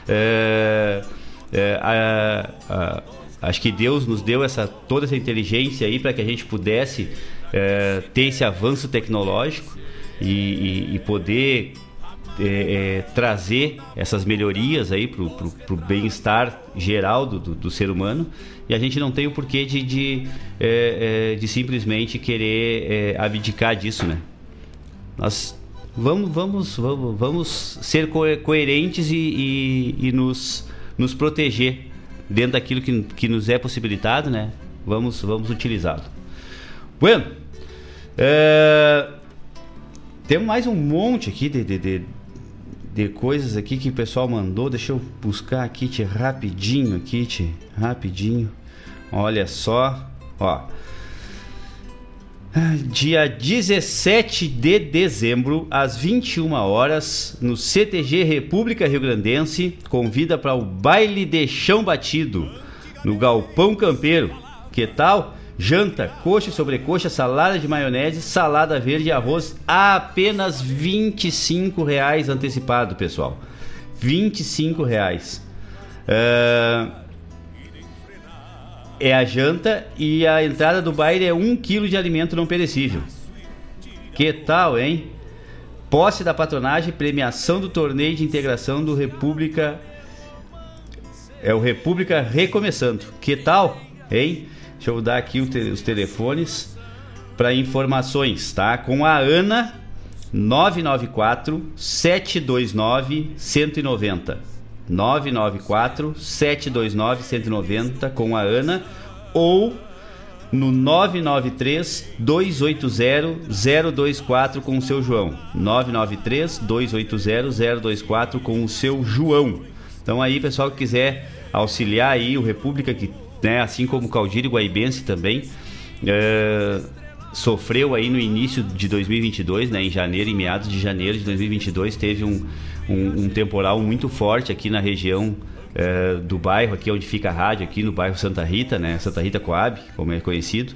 Acho que Deus nos deu toda essa inteligência aí para que a gente pudesse ter esse avanço tecnológico e poder trazer essas melhorias aí pro bem-estar geral do ser humano. E a gente não tem o porquê de simplesmente querer abdicar disso, né? Nós vamos ser coerentes e nos proteger dentro daquilo que nos é possibilitado, né? Vamos utilizá-lo. Bueno, temos mais um monte aqui de coisas aqui que o pessoal mandou. Deixa eu buscar aqui, rapidinho. Olha só, ó. Dia 17 de dezembro, às 21 horas, no CTG República Rio Grandense, convida para o baile de chão batido, no Galpão Campeiro. Que tal? Janta, coxa e sobrecoxa, salada de maionese, salada verde e arroz, a apenas R$25 antecipado, pessoal. R$25. É a janta, e a entrada do baile é 1 kg de alimento não perecível. Que tal, hein? Posse da patronagem, premiação do torneio de integração do República. É o República Recomeçando. Que tal, hein? Deixa eu dar aqui os telefones para informações, tá? Com a Ana, 994-729-190. 994-729-190 com a Ana, ou no 993-280-024 com o seu João. 993-280-024 com o seu João. Então aí, pessoal que quiser auxiliar aí o República, que, né, assim como o Caudilho Guaibense também sofreu aí no início de 2022, né, em meados de janeiro de 2022, teve um temporal muito forte aqui na região do bairro, aqui onde fica a rádio, aqui no bairro Santa Rita, né, Santa Rita Coab, como é conhecido.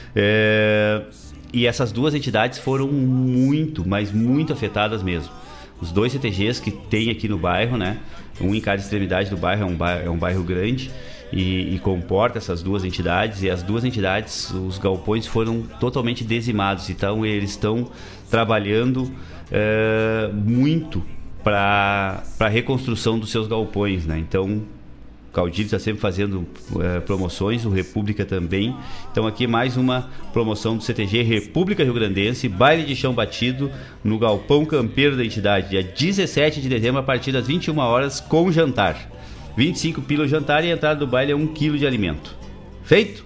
E essas duas entidades foram muito, mas muito afetadas mesmo. Os 2 CTGs que tem aqui no bairro, né, um em cada extremidade do bairro, é um bairro grande, e comporta essas duas entidades, e as duas entidades, os galpões foram totalmente dizimados. Então eles estão trabalhando muito para a reconstrução dos seus galpões, né? Então, o Caudilho está sempre fazendo promoções, o República também. Então, aqui mais uma promoção do CTG República Rio Grandense, baile de chão batido no Galpão Campeiro da entidade, dia 17 de dezembro, a partir das 21 horas, com jantar. 25 pila o jantar e a entrada do baile é 1 quilo de alimento. Feito?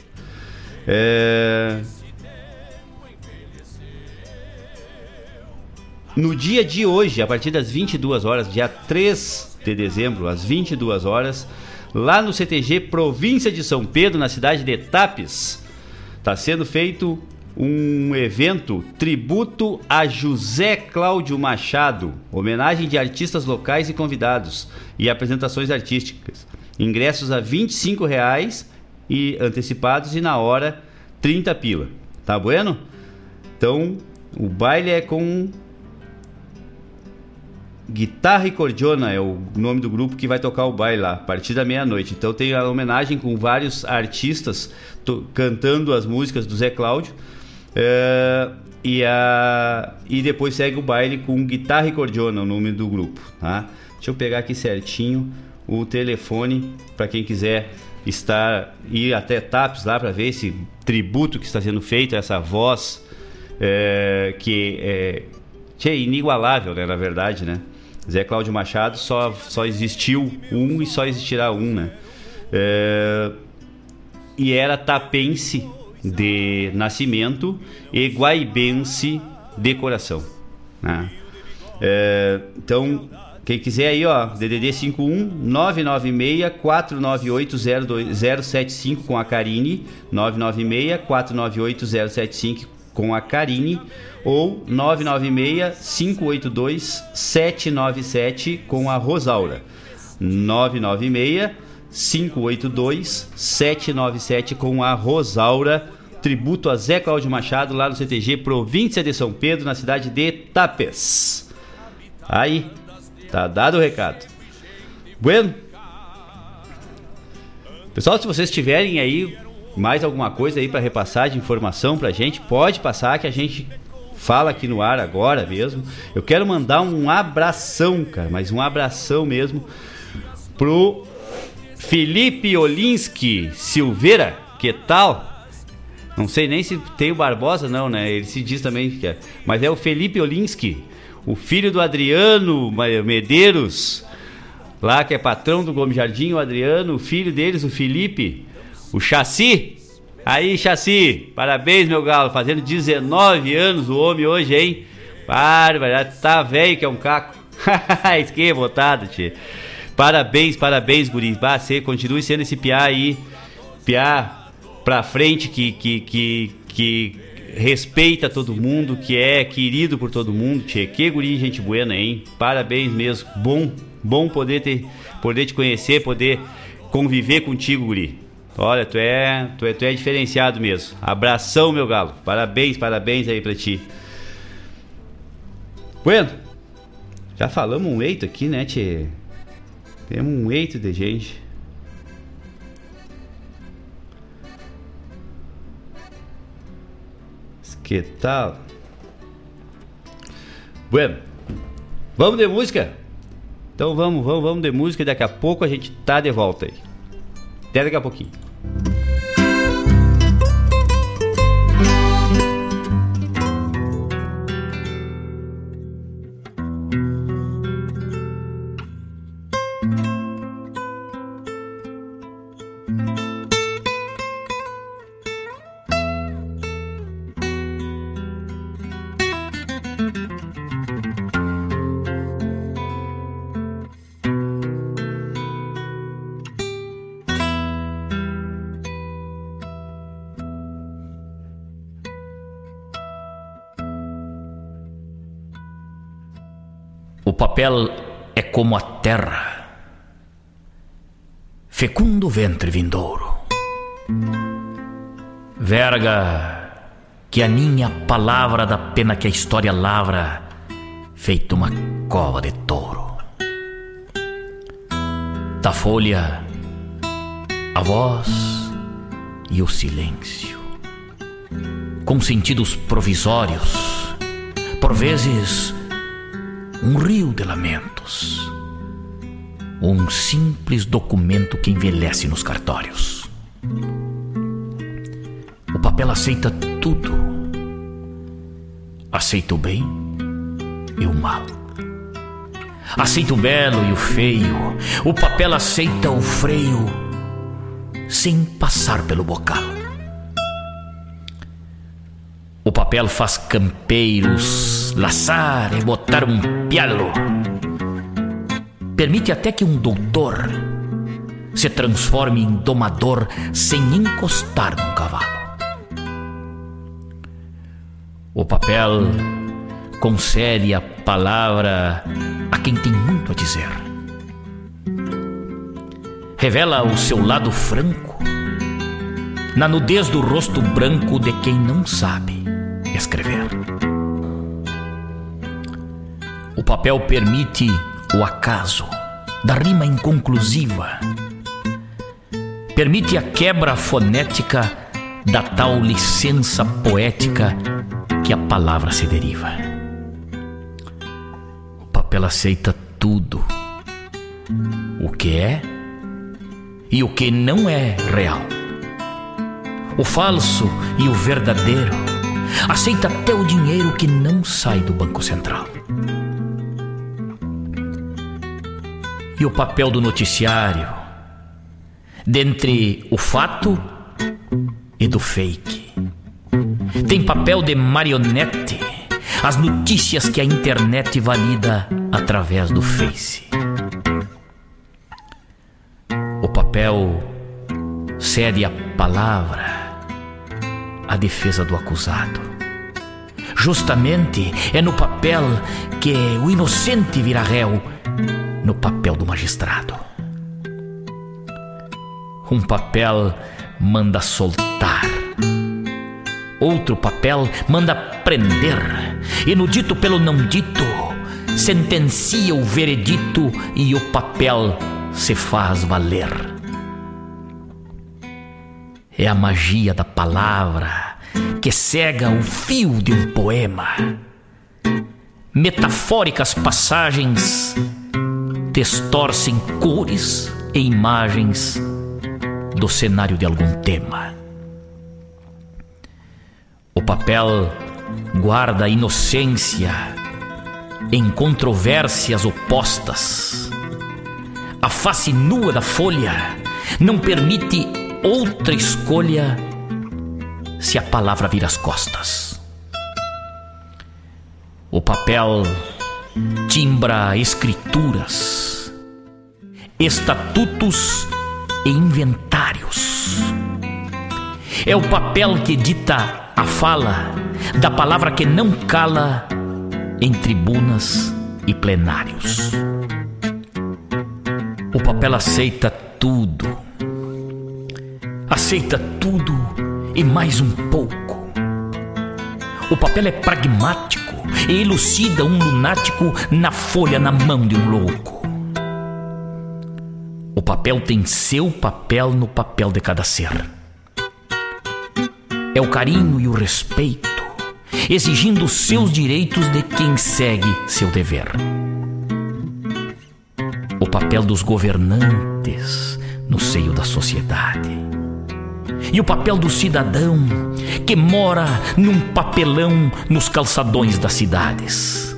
No dia de hoje, a partir das 22 horas, dia 3 de dezembro, às 22 horas, lá no CTG Província de São Pedro, na cidade de Tapes, está sendo feito um evento tributo a José Cláudio Machado, homenagem de artistas locais e convidados e apresentações artísticas. Ingressos a R$ 25,00 e antecipados, e na hora 30 pila. Tá bueno? Então, o baile é com Guitarra e Cordiona, é o nome do grupo que vai tocar o baile lá, a partir da meia-noite. Então tem a homenagem com vários artistas cantando as músicas do Zé Cláudio, e depois segue o baile com Guitarra e Cordiona, o nome do grupo, tá? Deixa eu pegar aqui certinho o telefone para quem quiser ir até Tapes lá para ver esse tributo que está sendo feito, essa voz que é inigualável, né, na verdade, né? Zé Cláudio Machado só existiu um e só existirá um, né? E era tapense de nascimento e guaibense de coração, né? Então, quem quiser aí, ó, DDD 51-996-498-075 com a Karine, 996-498-075 com a Karine, ou 996-582-797 com a Rosaura, 996-582-797 com a Rosaura. Tributo a Zé Cláudio Machado, lá no CTG Província de São Pedro, na cidade de Tapes. Aí, tá dado o recado. Bueno, pessoal, se vocês tiverem aí mais alguma coisa aí para repassar de informação pra gente, pode passar, que a gente fala aqui no ar agora mesmo. Eu quero mandar um abração, cara, mas um abração mesmo pro Felipe Olinski Silveira. Que tal? Não sei nem se tem o Barbosa, não, né? Ele se diz também que é. Mas é o Felipe Olinski, o filho do Adriano Medeiros, lá que é patrão do Gomes Jardim, o Adriano, o filho deles, o Felipe, o Chassi. Aí, Chassi, parabéns, meu galo, fazendo 19 anos o homem hoje, hein? Bárbara, tá velho que é um caco. Esquei botado, tchê. Parabéns, guri. Você continue sendo esse piá aí, piá pra frente, que respeita todo mundo, que é querido por todo mundo, tchê. Que guri, gente buena, hein? Parabéns mesmo. Bom poder te conhecer, poder conviver contigo, guri. Olha, tu é diferenciado mesmo. Abração, meu galo. Parabéns aí pra ti. Bueno, já falamos um eito aqui, né, tchê? Temos um eito de gente. Que tal? Bueno, vamos de música? Então vamos de música e daqui a pouco a gente tá de volta aí. Até daqui a pouquinho. O papel é como a terra, fecundo ventre vindouro, verga que aninha a palavra da pena que a história lavra, feito uma cova de touro. Da folha, a voz e o silêncio, com sentidos provisórios, por vezes um rio de lamentos, um simples documento que envelhece nos cartórios. O papel aceita tudo. Aceita o bem e o mal. Aceita o belo e o feio. O papel aceita o freio sem passar pelo bocal. O papel faz campeiros laçar e botar um pialo. Permite até que um doutor se transforme em domador sem encostar num cavalo. O papel concede a palavra a quem tem muito a dizer. Revela o seu lado franco na nudez do rosto branco de quem não sabe escrever. O papel permite o acaso da rima inconclusiva. Permite a quebra fonética da tal licença poética que a palavra se deriva. O papel aceita tudo, o que é e o que não é real, o falso e o verdadeiro. Aceita até o dinheiro que não sai do Banco Central. E o papel do noticiário, dentre o fato e do fake. Tem papel de marionete, as notícias que a internet valida através do Face. O papel cede a palavra à defesa do acusado. Justamente é no papel que o inocente vira réu, no papel do magistrado. Um papel manda soltar, outro papel manda prender, e no dito pelo não dito sentencia o veredito e o papel se faz valer. É a magia da palavra que cega o fio de um poema. Metafóricas passagens distorcem cores e imagens do cenário de algum tema. O papel guarda a inocência em controvérsias opostas. A face nua da folha não permite outra escolha se a palavra vira as costas. O papel timbra escrituras, estatutos e inventários. É o papel que dita a fala da palavra que não cala em tribunas e plenários. O papel aceita tudo. Aceita tudo e mais um pouco. O papel é pragmático e elucida um lunático na folha na mão de um louco. O papel tem seu papel no papel de cada ser. É o carinho e o respeito, exigindo os seus direitos de quem segue seu dever. O papel dos governantes no seio da sociedade. E o papel do cidadão que mora num papelão nos calçadões das cidades.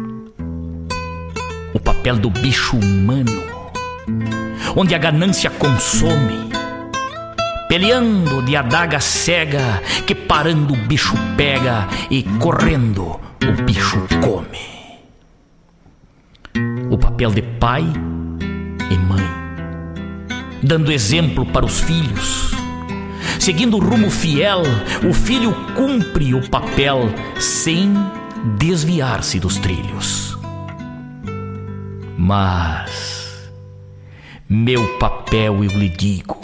O papel do bicho humano, onde a ganância consome, peleando de adaga cega que parando o bicho pega e correndo o bicho come. O papel de pai e mãe, dando exemplo para os filhos. Seguindo o rumo fiel, o filho cumpre o papel sem desviar-se dos trilhos. Mas meu papel, eu lhe digo,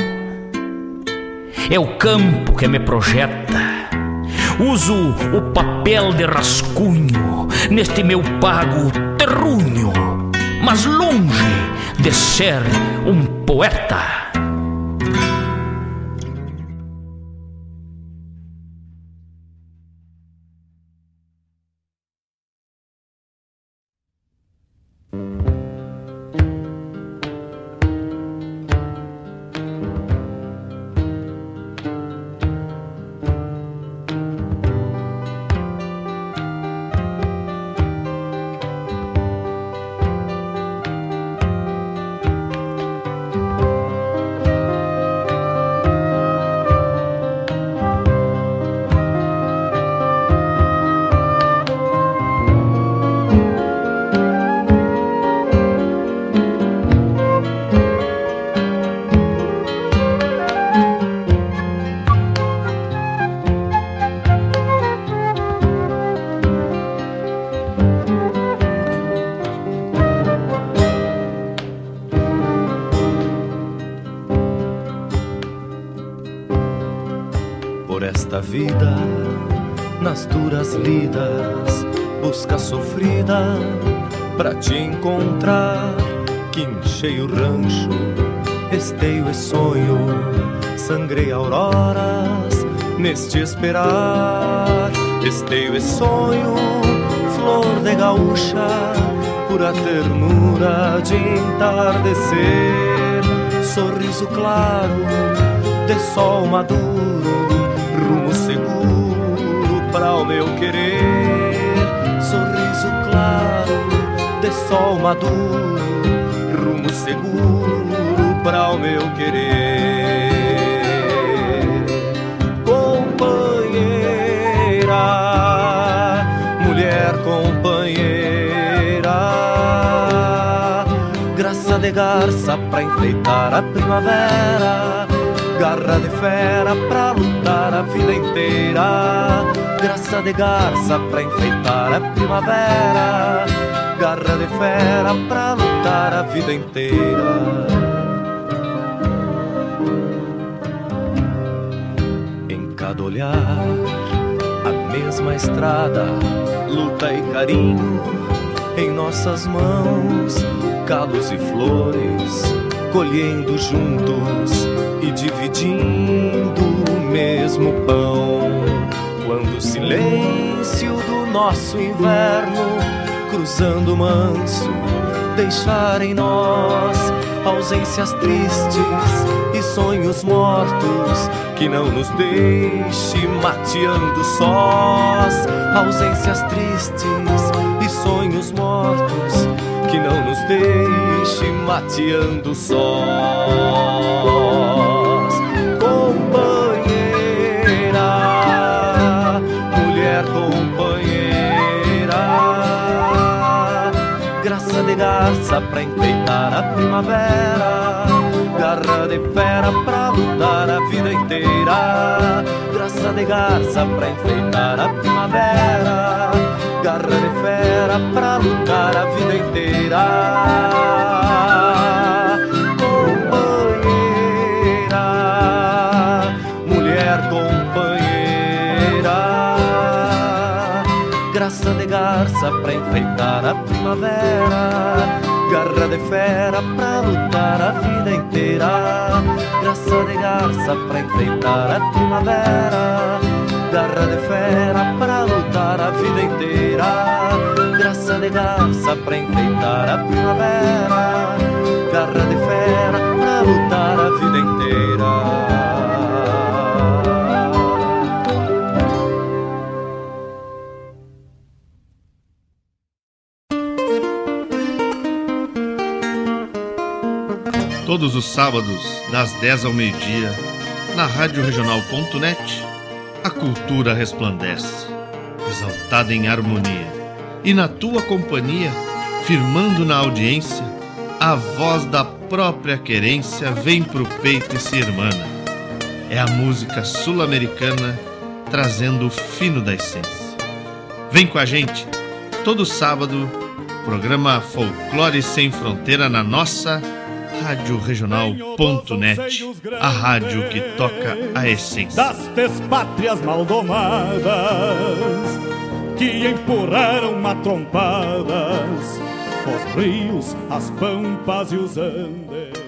é o campo que me projeta. Uso o papel de rascunho neste meu pago terrunho, mas longe de ser um poeta. Nesta vida, nas duras lidas, busca sofrida pra te encontrar. Quinchei o rancho, esteio e sonho, sangrei auroras neste esperar. Esteio e sonho, flor de gaúcha, pura ternura de entardecer. Sorriso claro de sol maduro, rumo seguro para o meu querer. Sorriso claro de sol maduro, rumo seguro para o meu querer. Companheira, mulher companheira, graça de garça pra enfeitar a primavera, garra de fera pra lutar a vida inteira. Graça de garça pra enfeitar a primavera, garra de fera pra lutar a vida inteira. Em cada olhar, a mesma estrada, luta e carinho em nossas mãos, calos e flores, colhendo juntos e dividindo o mesmo pão. Quando o silêncio do nosso inverno, cruzando manso, deixar em nós ausências tristes e sonhos mortos, que não nos deixe mateando sós. Ausências tristes e sonhos mortos, que não nos deixe mateando sós. Companheira, mulher companheira, graça de garça pra enfeitar a primavera, garra de fera pra lutar a vida inteira. Graça de garça pra enfeitar a primavera, garra de fera pra lutar a vida inteira. Companheira, mulher companheira, graça de garça pra enfeitar a primavera, garra de fera pra lutar a vida inteira. Graça de garça pra enfeitar a primavera, garra de fera pra lutar a vida inteira. Graça de garça pra enfeitar a primavera, garra de fera pra lutar a vida inteira. Todos os sábados, das 10 ao meio-dia, na radioregional.net, a cultura resplandece, exaltada em harmonia. E na tua companhia, firmando na audiência, a voz da própria querência vem pro peito e se irmana. É a música sul-americana trazendo o fino da essência. Vem com a gente, todo sábado, programa Folclore Sem Fronteira na nossa radioregional.net, a rádio que toca a essência das despátrias maldomadas que empurraram matrompadas os rios, as pampas e os andes.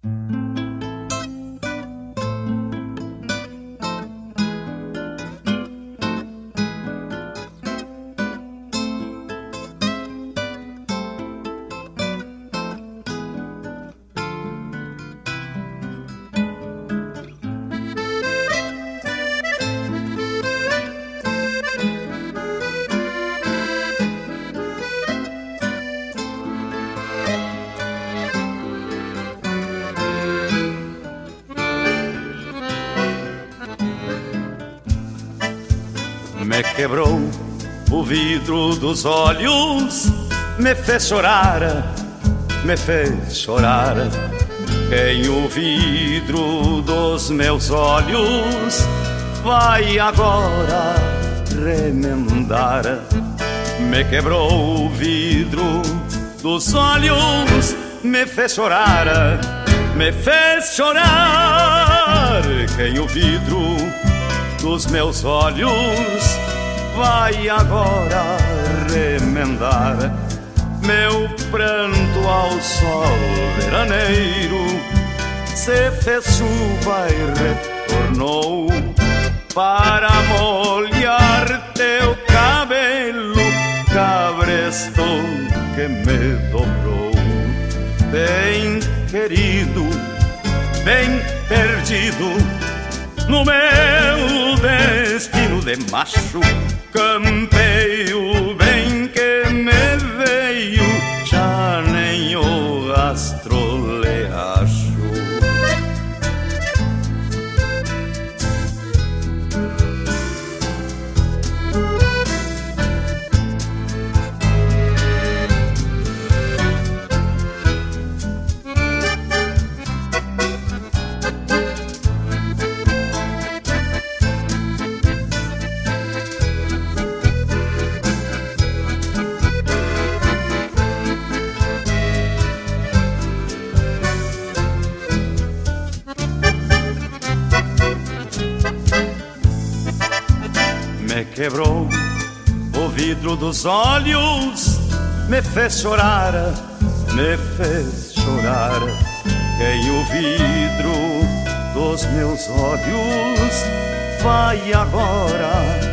Me quebrou o vidro dos olhos, me fez chorar, me fez chorar. Quem o vidro dos meus olhos vai agora remendar. Me quebrou o vidro dos olhos, me fez chorar, me fez chorar. Quem o vidro dos meus olhos vai agora remendar. Meu pranto ao sol veraneiro se fez chuva e retornou para molhar teu cabelo cabresto que me dobrou. Bem querido, bem perdido no meu destino de macho campeio, bem que me veio, já nem o rastro lhe acho. Quebrou o vidro dos olhos, me fez chorar, me fez chorar. Quem o vidro dos meus olhos vai agora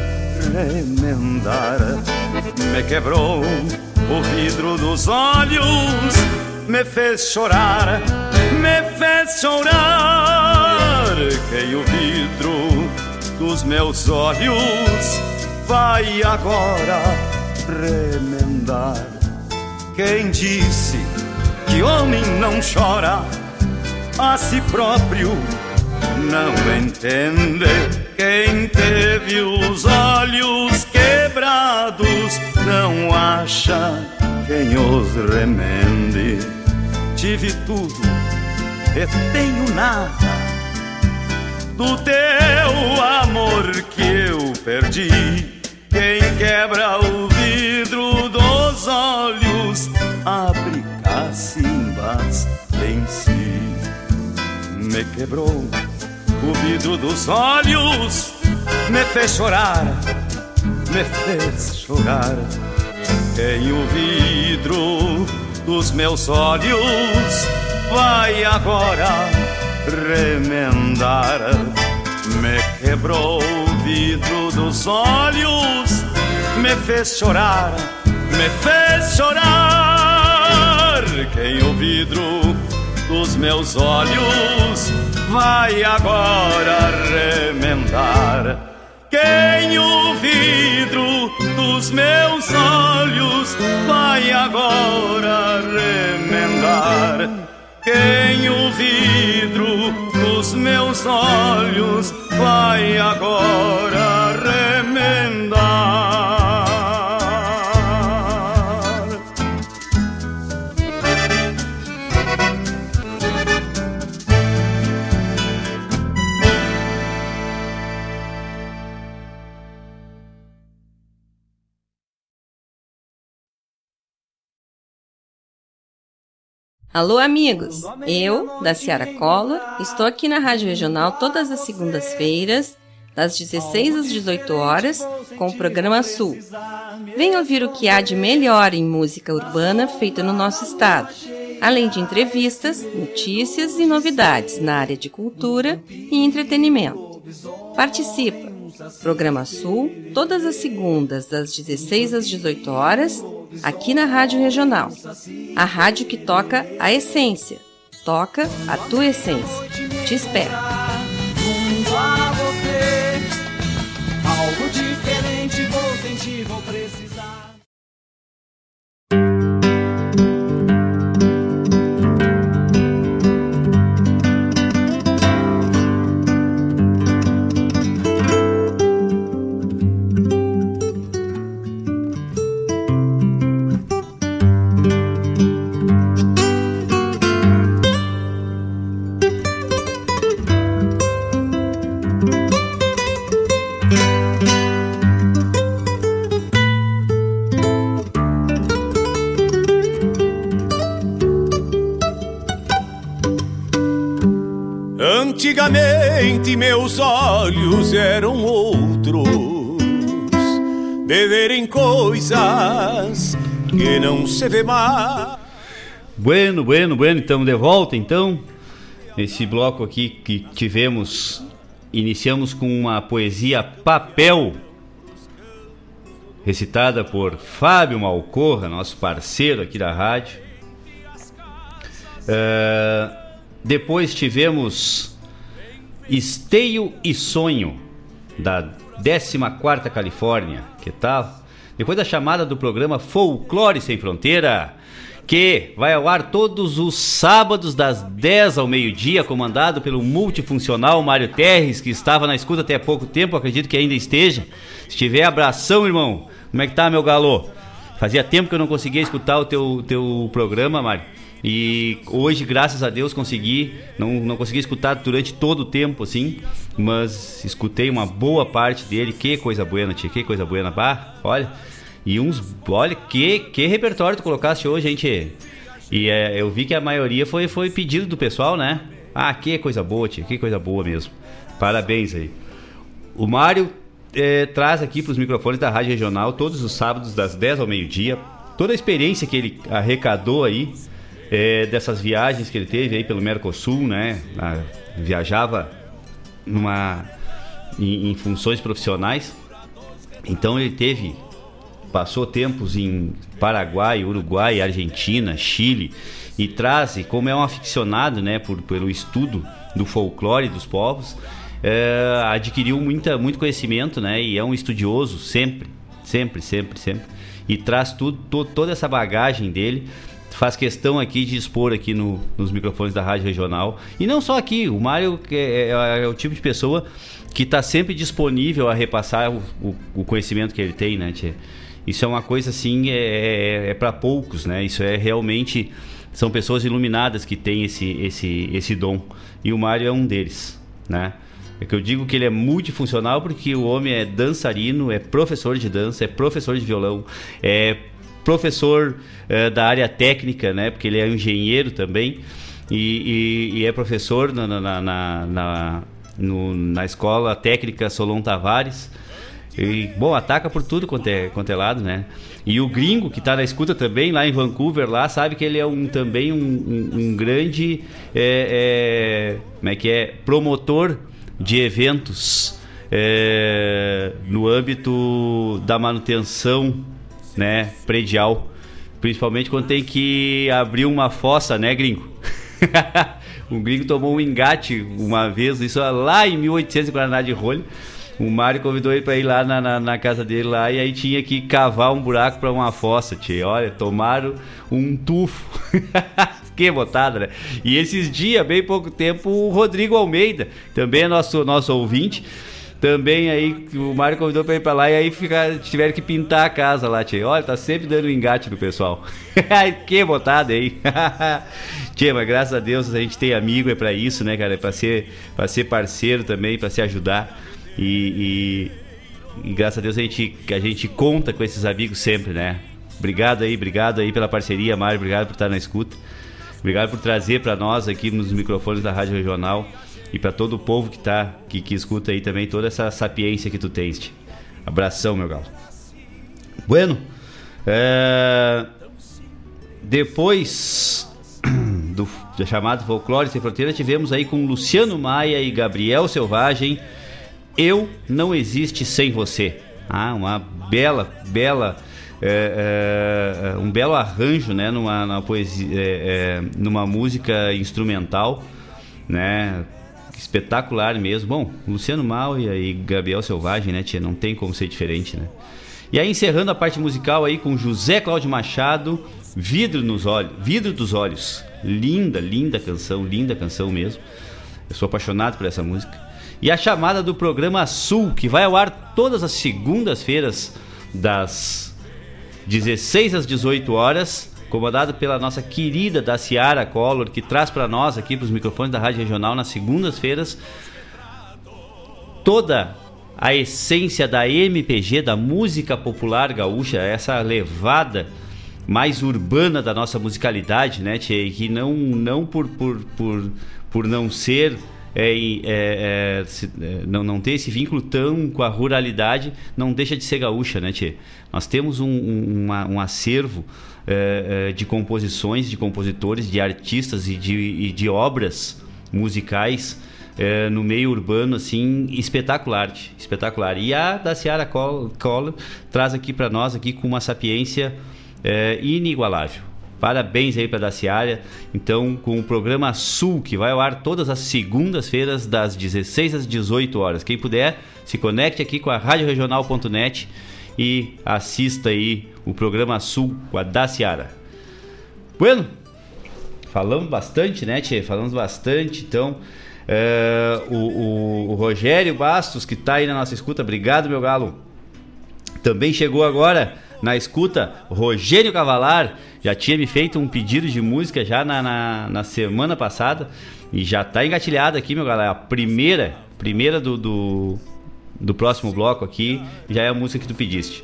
remendar. Me quebrou o vidro dos olhos, me fez chorar, me fez chorar. Quem o vidro dos meus olhos vai agora remendar. Quem disse que homem não chora, a si próprio não entende. Quem teve os olhos quebrados não acha quem os remende. Tive tudo e tenho nada do teu amor que eu perdi. Quem quebra o vidro dos olhos abre cacimbas em si. Me quebrou o vidro dos olhos, me fez chorar, me fez chorar. Quem o vidro dos meus olhos vai agora remendar. Me quebrou o vidro dos olhos, me fez chorar, me fez chorar. Quem o vidro dos meus olhos vai agora remendar. Quem o vidro dos meus olhos vai agora remendar. Quem o vidro dos meus olhos vai agora remendar. Alô, amigos! Eu, da Ciara Collor, estou aqui na Rádio Regional todas as segundas-feiras, das 16 às 18 horas, com o programa Sul. Venha ouvir o que há de melhor em música urbana feita no nosso estado. além de entrevistas, notícias e novidades na área de cultura e entretenimento. Participa! Programa Sul, todas as segundas, das 16 às 18 horas, aqui na Rádio Regional. A rádio que toca a essência. Toca a tua essência. Te espero. Junto a você, algo diferente vou sentir, vou precisar. Antigamente meus olhos eram outros, de verem coisas que não se vê mais. Bueno, estamos de volta então. Esse bloco aqui que iniciamos com uma poesia Papel, recitada por Fábio Malcorra, nosso parceiro aqui da rádio. Depois tivemos Esteio e Sonho, da 14ª Califórnia. Que tal? Depois da chamada do programa Folclore Sem Fronteira, que vai ao ar todos os sábados das 10 ao meio-dia, comandado pelo multifuncional Mário Terres, que estava na escuta até há pouco tempo, acredito que ainda esteja. Se estiver, abração, irmão. Como é que tá, meu galo? Fazia tempo que eu não conseguia escutar o teu programa, Mário. E hoje, graças a Deus, consegui. Não consegui escutar durante todo o tempo, assim, mas escutei uma boa parte dele. Que coisa buena, tia, que coisa buena. Bah, olha. E olha, que repertório tu colocaste hoje, gente. E eu vi que a maioria foi pedido do pessoal, né? Ah, que coisa boa, tia, que coisa boa mesmo. Parabéns aí. O Mário traz aqui para os microfones da Rádio Regional, todos os sábados, das 10 ao meio-dia, toda a experiência que ele arrecadou aí, dessas viagens que ele teve aí pelo Mercosul, né? Viajava em funções profissionais. Então ele passou tempos em Paraguai, Uruguai, Argentina, Chile, e traz, como é um aficionado, né, pelo estudo do folclore dos povos, adquiriu muito conhecimento, né, e é um estudioso sempre, e traz toda essa bagagem dele. Faz questão aqui de expor aqui nos microfones da Rádio Regional. E não só aqui, o Mário é o tipo de pessoa que está sempre disponível a repassar o conhecimento que ele tem, né, tia? Isso é uma coisa assim, para poucos, né? Isso é realmente, são pessoas iluminadas que têm esse dom. E o Mário é um deles, né? É que eu digo que ele é multifuncional porque o homem é dançarino, é professor de dança, é professor de violão, é professor da área técnica, né? Porque ele é engenheiro também e é professor na escola técnica Solon Tavares. E, bom, ataca por tudo quanto é lado, né? E o gringo que tá na escuta também, lá em Vancouver, lá, sabe que ele é também um grande promotor de eventos no âmbito da manutenção, né, predial, principalmente quando tem que abrir uma fossa, né, gringo? O gringo tomou um engate uma vez, isso lá em 1800 em Guaraná de Rolho. O Mário convidou ele para ir lá na casa dele lá, e aí tinha que cavar um buraco para uma fossa, tia. Olha, tomaram um tufo. Que botada, né? E esses dias, bem pouco tempo, o Rodrigo Almeida, também é nosso ouvinte, também aí o Mário convidou para ir para lá, e aí tiveram que pintar a casa lá, tia. Olha, tá sempre dando engate no pessoal. Que botada aí. Tia, mas graças a Deus a gente tem amigo, é para isso, né, cara? É para ser parceiro também, para se ajudar. E graças a Deus a gente conta com esses amigos sempre, né? Obrigado aí pela parceria, Mário. Obrigado por estar na escuta. Obrigado por trazer para nós aqui nos microfones da Rádio Regional e para todo o povo que escuta aí também toda essa sapiência que tu tens, tia. Abração, meu galo. Bueno, depois da chamada Folclore Sem Fronteira, tivemos aí com Luciano Maia e Gabriel Selvagem, Eu Não Existe Sem Você. Uma bela um belo arranjo, né, numa poesia, numa música instrumental, né, espetacular mesmo. Bom, Luciano Maia e Gabriel Selvagem, né, tia, não tem como ser diferente, né. E aí, encerrando a parte musical aí com José Cláudio Machado, Vidro dos Olhos. Linda canção mesmo. Eu sou apaixonado por essa música. E a chamada do programa Sul, que vai ao ar todas as segundas-feiras, das 16 às 18 horas, comandado pela nossa querida Daciara Collor, que traz para nós aqui, para os microfones da Rádio Regional, nas segundas-feiras, toda a essência da MPG, da música popular gaúcha, essa levada mais urbana da nossa musicalidade, né, tchê? Que não por não ser não ter esse vínculo tão com a ruralidade, não deixa de ser gaúcha, né, tchê? Nós temos um acervo de composições, de compositores, de artistas e de obras musicais no meio urbano, assim, espetacular. E a Daciara Collor traz aqui para nós aqui com uma sapiência inigualável. Parabéns aí para a Daciara. Então, com o programa Sul, que vai ao ar todas as segundas-feiras, das 16 às 18 horas. Quem puder, se conecte aqui com a radioregional.net e assista aí o programa Sul com a Daciara. Bueno, falamos bastante, né, tchê? Falamos bastante, então... o Rogério Bastos, que está aí na nossa escuta, obrigado, meu galo. Também chegou agora na escuta Rogério Cavalar, já tinha me feito um pedido de música já na semana passada e já está engatilhado aqui, meu galo. A primeira do próximo bloco aqui já é a música que tu pediste.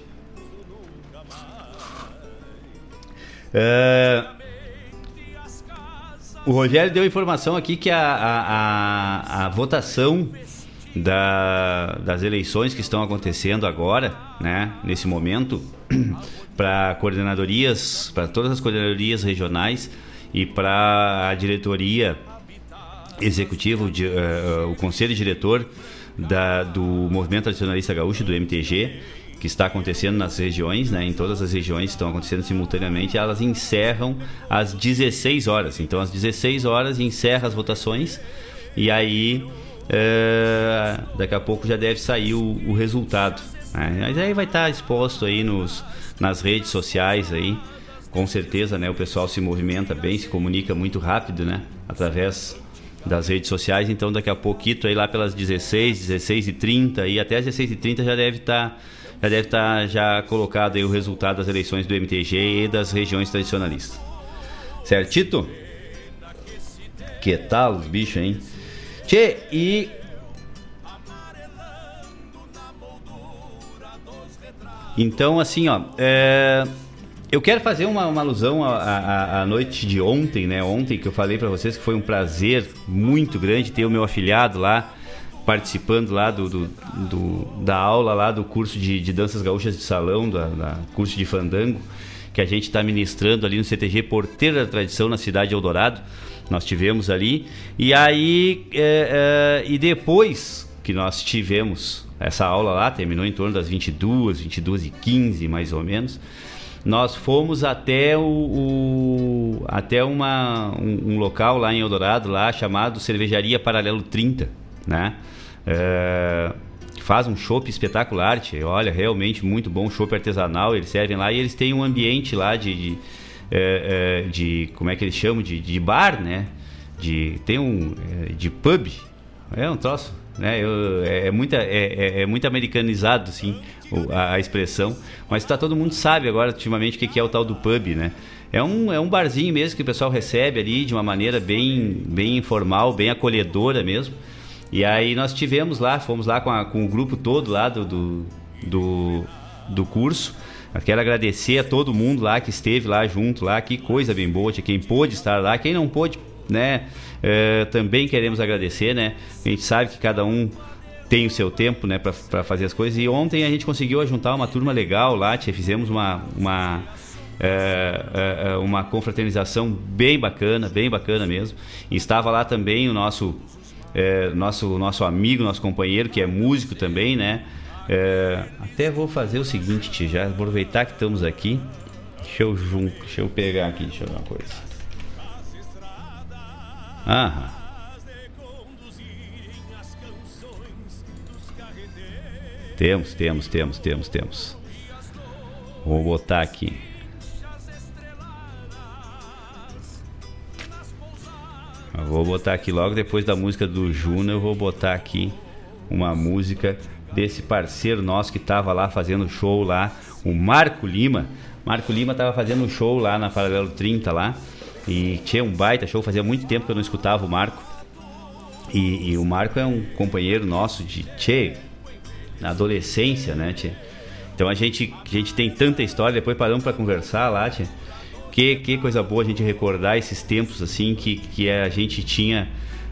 O Rogério deu informação aqui que a votação das eleições que estão acontecendo agora, né, nesse momento, para coordenadorias, para todas as coordenadorias regionais e para a diretoria executiva, o conselho diretor do Movimento Tradicionalista Gaúcho, do MTG, que está acontecendo nas regiões, né, em todas as regiões estão acontecendo simultaneamente, elas encerram às 16 horas. Então, às 16 horas encerra as votações e aí daqui a pouco já deve sair o resultado, né? Mas aí vai estar exposto aí nas redes sociais aí, com certeza, né? O pessoal se movimenta bem, se comunica muito rápido, né? Através das redes sociais. Então, daqui a pouquinho aí lá pelas 16h30 e até as 16h30 já deve estar já colocado aí o resultado das eleições do MTG e das regiões tradicionalistas. Certito? Que tal os bichos, hein? Tchê, e... Então, assim, ó... Eu quero fazer uma alusão à noite de ontem, né? Ontem que eu falei pra vocês que foi um prazer muito grande ter o meu afilhado lá, participando lá da aula lá do curso de danças gaúchas de salão, da curso de fandango, que a gente está ministrando ali no CTG Porteiro da Tradição, na cidade de Eldorado. Nós tivemos ali, e aí e depois que nós tivemos essa aula lá, terminou em torno das 22h15 mais ou menos, nós fomos até um local lá em Eldorado, lá chamado Cervejaria Paralelo 30, né? Faz um chopp espetacular, tia. Olha, realmente muito bom, chopp artesanal, eles servem lá e eles têm um ambiente lá de como é que eles chamam, de bar, né? De pub, é um troço, né? É muito americanizado, assim, a expressão, mas todo mundo sabe agora, ultimamente, o que é o tal do pub, né? É um barzinho mesmo que o pessoal recebe ali de uma maneira bem informal, bem acolhedora mesmo. E aí nós fomos lá com o grupo todo lá do curso. Eu quero agradecer a todo mundo lá que esteve lá junto, lá, que coisa bem boa, quem pôde estar lá, quem não pôde, né, também queremos agradecer, né, a gente sabe que cada um tem o seu tempo, né, para fazer as coisas, e ontem a gente conseguiu juntar uma turma legal lá, fizemos uma confraternização bem bacana mesmo. E estava lá também o nosso amigo, nosso companheiro, que é músico também, né? Até vou fazer o seguinte, tia, já vou aproveitar que estamos aqui. Deixa eu pegar aqui, deixa eu ver uma coisa. Temos. Vou botar aqui. Eu vou botar aqui logo depois da música do Júnior. Eu vou botar aqui uma música desse parceiro nosso que estava lá fazendo show lá, o Marco Lima. Marco Lima estava fazendo um show lá na Paralelo 30 lá. E tinha um baita show, fazia muito tempo que eu não escutava o Marco. E o Marco é um companheiro nosso de na adolescência, né, tchê? Então a gente tem tanta história, depois paramos para conversar lá, tchê. Que coisa boa a gente recordar esses tempos assim que a gente tinha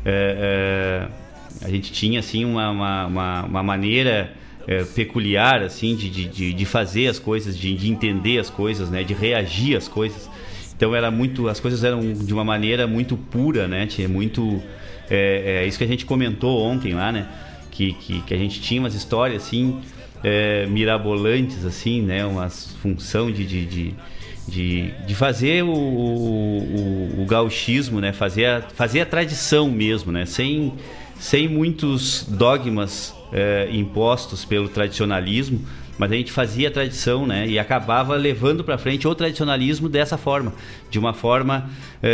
assim uma maneira peculiar assim de fazer as coisas, de entender as coisas, né, de reagir às coisas. Então as coisas eram de uma maneira muito pura, né, tinha muito isso que a gente comentou ontem lá, né, que a gente tinha umas histórias assim mirabolantes assim, né, uma função de fazer o gauchismo, né? Fazer a tradição mesmo, né? Sem muitos dogmas impostos pelo tradicionalismo, mas a gente fazia a tradição, né? E acabava levando para frente o tradicionalismo dessa forma, de uma forma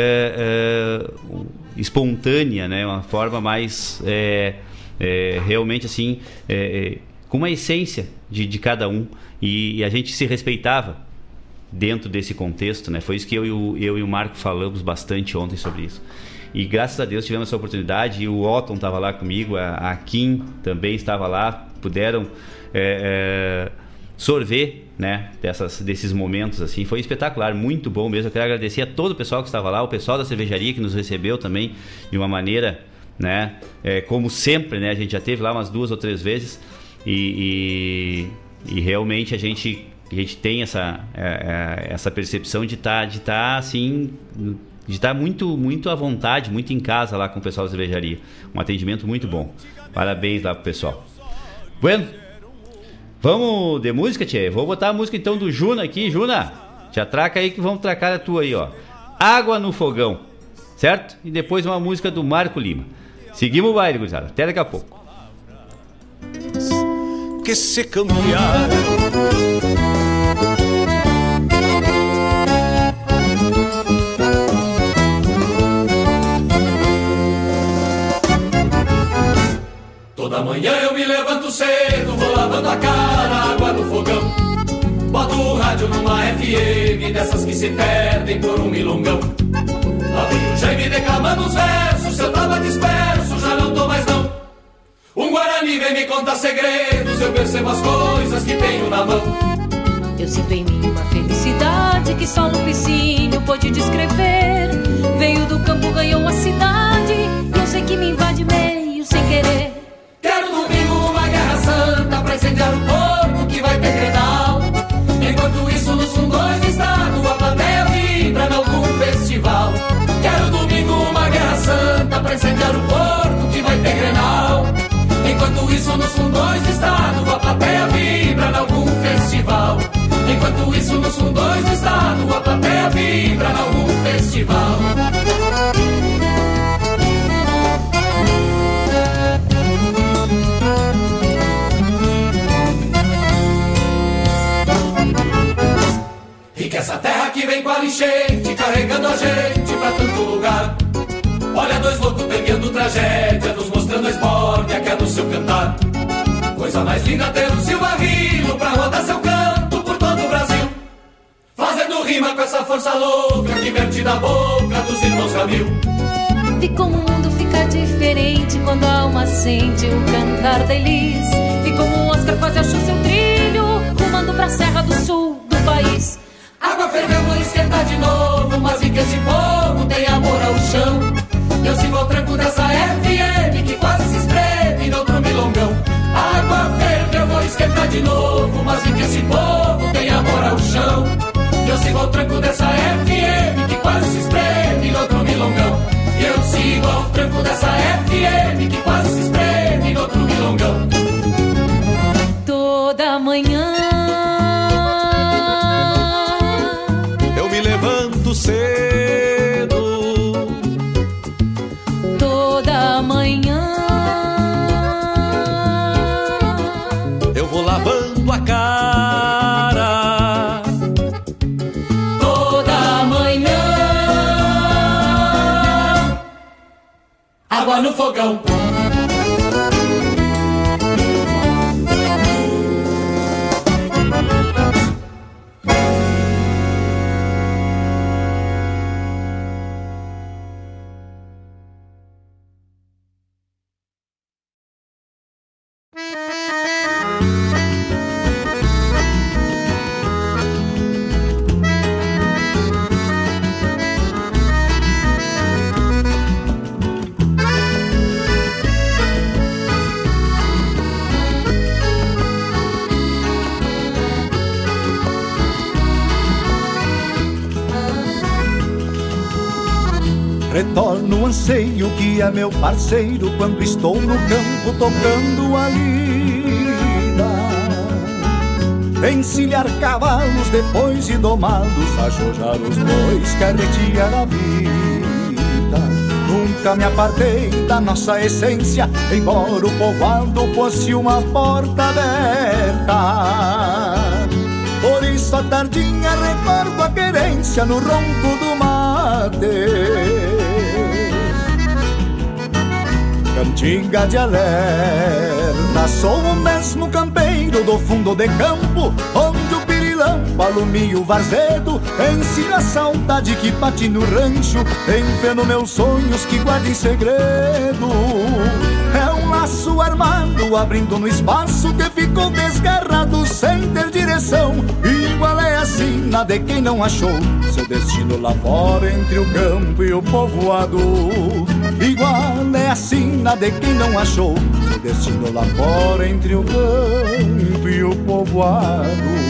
espontânea, né? Uma forma mais realmente assim, com uma essência de cada um, e a gente se respeitava dentro desse contexto, né? Foi isso que eu e o Marco falamos bastante ontem sobre isso. E graças a Deus tivemos essa oportunidade, e o Otton estava lá comigo, a Kim também estava lá, puderam sorver, né, desses momentos assim. Foi espetacular, muito bom mesmo. Eu quero agradecer a todo o pessoal que estava lá, o pessoal da cervejaria que nos recebeu também de uma maneira, né, como sempre, né? A gente já teve lá umas 2 ou 3 vezes e realmente a gente tem essa percepção de estar assim, de estar muito, muito à vontade, muito em casa lá com o pessoal da cervejaria. Um atendimento muito bom. Parabéns lá pro pessoal. Bueno, vamos de música, tchê? Vou botar a música então do Juna aqui. Juna, te atraca aí que vamos tracar a tua aí, ó. Água no Fogão, certo? E depois uma música do Marco Lima. Seguimos o baile, gurizada. Até daqui a pouco. Que se cambiaram. Toda manhã eu me levanto cedo, vou lavando a cara, água no fogão. Boto o rádio numa FM, dessas que se perdem por um milongão. Lá vem o Jaime declamando os versos, eu tava disperso, já não tô mais não. Um Guarani vem me contar segredos, eu percebo as coisas que tenho na mão. Eu sinto em mim uma felicidade que só Lupicínio pôde descrever. Veio do campo, ganhou a cidade, e eu sei que me invade meio sem querer. Quero domingo uma guerra santa pra incendiar o porto que vai ter Grenal. Enquanto isso nos fundões do estado a plateia vibra em algum festival. Quero domingo uma guerra santa pra incendiar o porto que vai ter Grenal. Enquanto isso nos fundões do estado a plateia vibra em algum festival. Enquanto isso nos fundões do estado a plateia vibra em algum festival. E que essa terra que vem com a enchente, carregando a gente pra tanto lugar. Olha 2 loucos pegando tragédia, nos mostrando a esbórnia que é do seu cantar. Coisa mais linda ter um Silva Rilo pra rodar seu canto por todo o Brasil. Fazendo rima com essa força louca que verte da boca dos irmãos Camil. Vi como o mundo fica diferente quando a alma sente o cantar da Elis. Vi como o Oscar quase achou seu trilho, rumando pra Serra do Sul do país. Água ferveu, vou esquentar de novo, mas vi que esse povo tem amor ao chão. Eu sigo ao tranco dessa FM que quase se espreme no outro milongão. Água ferveu, vou esquentar de novo, mas vi que esse povo tem amor ao chão. Eu eu sigo ao tranco dessa FM que quase se espreme no outro milongão. Eu sigo ao tranco dessa FM que quase se espreme no outro milongão. Toda manhã eu me levanto cedo. Toda manhã eu vou lavando a cara. Toda manhã água no fogão. Retorno o anseio que é meu parceiro quando estou no campo tocando a lida. Encilhar cavalos depois de domá-los, ajojar os bois que arretiar a vida. Nunca me apartei da nossa essência, embora o povoado fosse uma porta aberta. Por isso a tardinha recordo a querência no ronco do mate. Cantiga de alerta, sou o mesmo campeiro do fundo de campo, onde o pirilampo alumia o varzedo, ensina a saudade que bate no rancho, enfeno meus sonhos que guardo em segredo. É um laço armado abrindo no espaço que ficou desgarrado sem ter direção. Igual é a sina de quem não achou seu destino lá fora entre o campo e o povoado. Igual é a sina de quem não achou seu destino lá fora entre o campo e o povoado.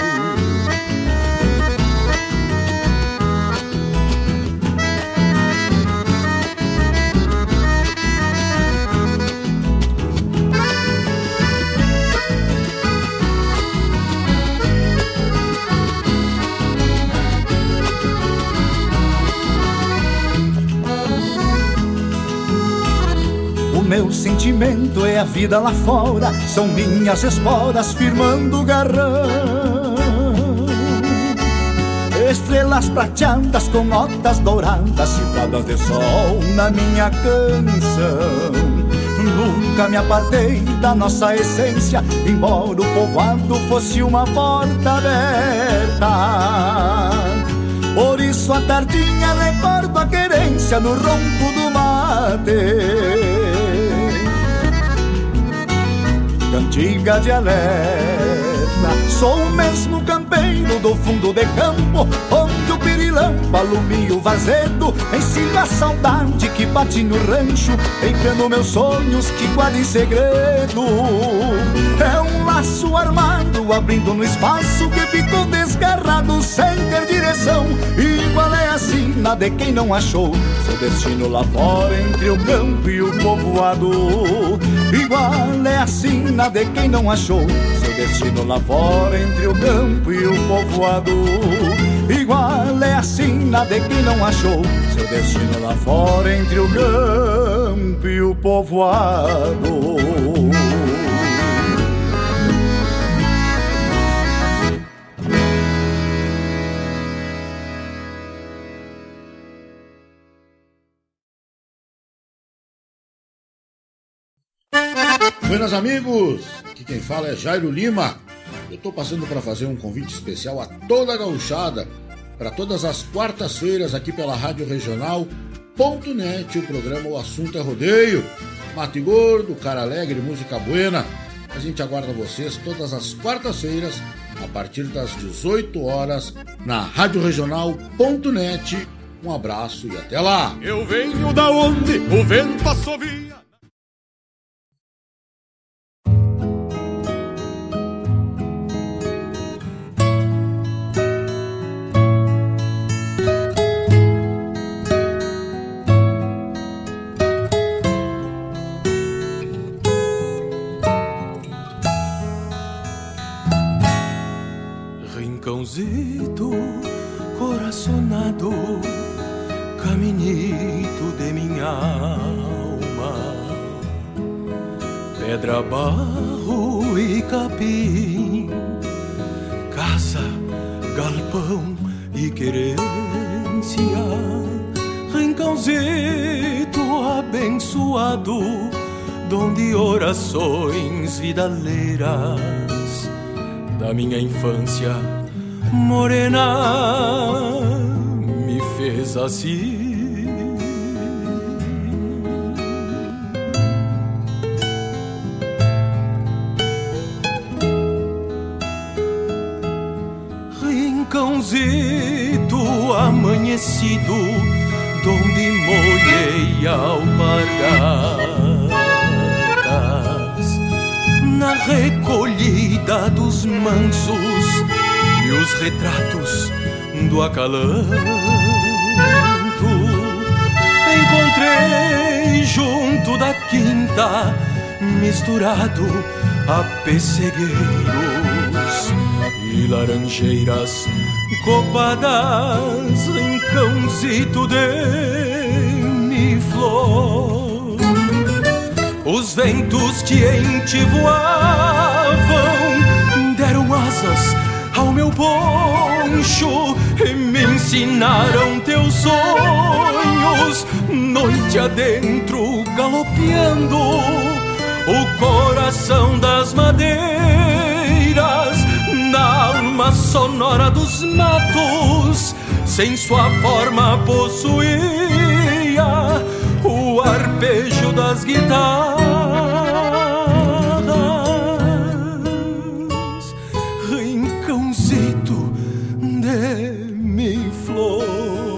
Meu sentimento é a vida lá fora, são minhas esporas firmando o garrão. Estrelas prateadas com notas douradas, cifradas de sol na minha canção. Nunca me apartei da nossa essência, embora o povoado fosse uma porta aberta. Por isso a tardinha recordo a querência no ronco do mate. Cantiga de alerta, sou o mesmo campeiro do fundo de campo, onde o pirilampo alumia o varzedo, ensino a saudade que bate no rancho, enfreno meus sonhos que guardo em segredo. É um laço armado abrindo no espaço que ficou desgarrado sem ter direção. Igual é a sina de quem não achou seu destino lá fora entre o campo e o povoado. Igual é a sina de quem não achou seu destino lá fora entre o campo e o povoado. Igual é a sina de quem não achou seu destino lá fora entre o campo e o povoado. Buenas amigos, aqui quem fala é Jairo Lima. Eu tô passando para fazer um convite especial a toda a gauchada para todas as quartas-feiras aqui pela Rádio Regional.net, o programa O Assunto é Rodeio. Mate Gordo, Cara Alegre, Música Buena. A gente aguarda vocês todas as quartas-feiras a partir das 18 horas na Rádio Regional.net. Um abraço e até lá. Eu venho da onde o vento assovia. abandonado caminito de minha alma, pedra, barro e capim, casa, galpão e querência, rincãozito abençoado, donde orações vidaleiras da minha infância morena me fez assim. Rincãozito amanhecido, donde molhei alpargatas, na recolhida dos mansos e os retratos do acalanto. Encontrei junto da quinta, misturado a pessegueiros e laranjeiras copadas, rincãozito de mi flor. Os ventos que em ti voavam deram asas ao meu poncho e me ensinaram teus sonhos, noite adentro galopeando o coração das madeiras, na alma sonora dos matos, sem sua forma possuía o arpejo das guitarras. Rincãozito de mi flor.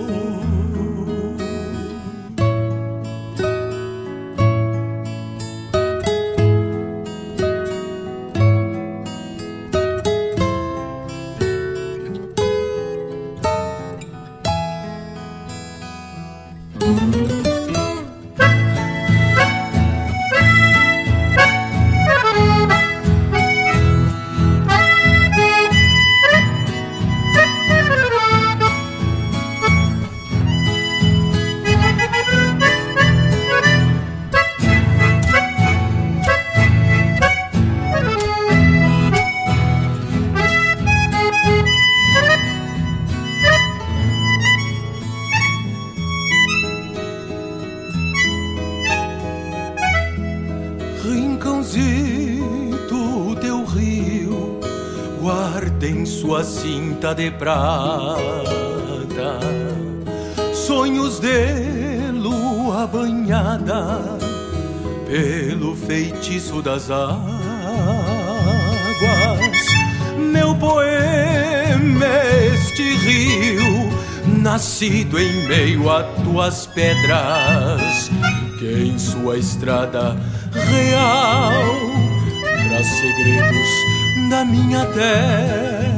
Cinta de prata, sonhos de lua banhada pelo feitiço das águas. Meu poema é este rio, nascido em meio a tuas pedras, que em sua estrada real traz segredos da minha terra.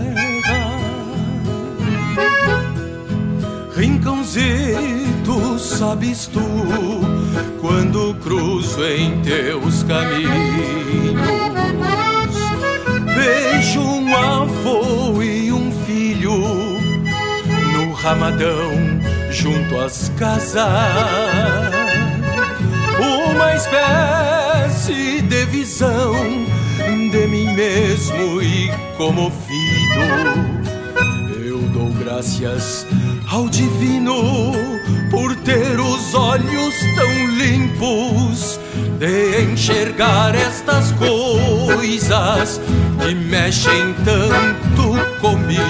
Rincãozito, sabes tu, quando cruzo em teus caminhos, vejo um avô e um filho no ramadão junto às casas, uma espécie de visão de mim mesmo e comovido eu dou graças ao divino por ter os olhos tão limpos de enxergar estas coisas que mexem tanto comigo.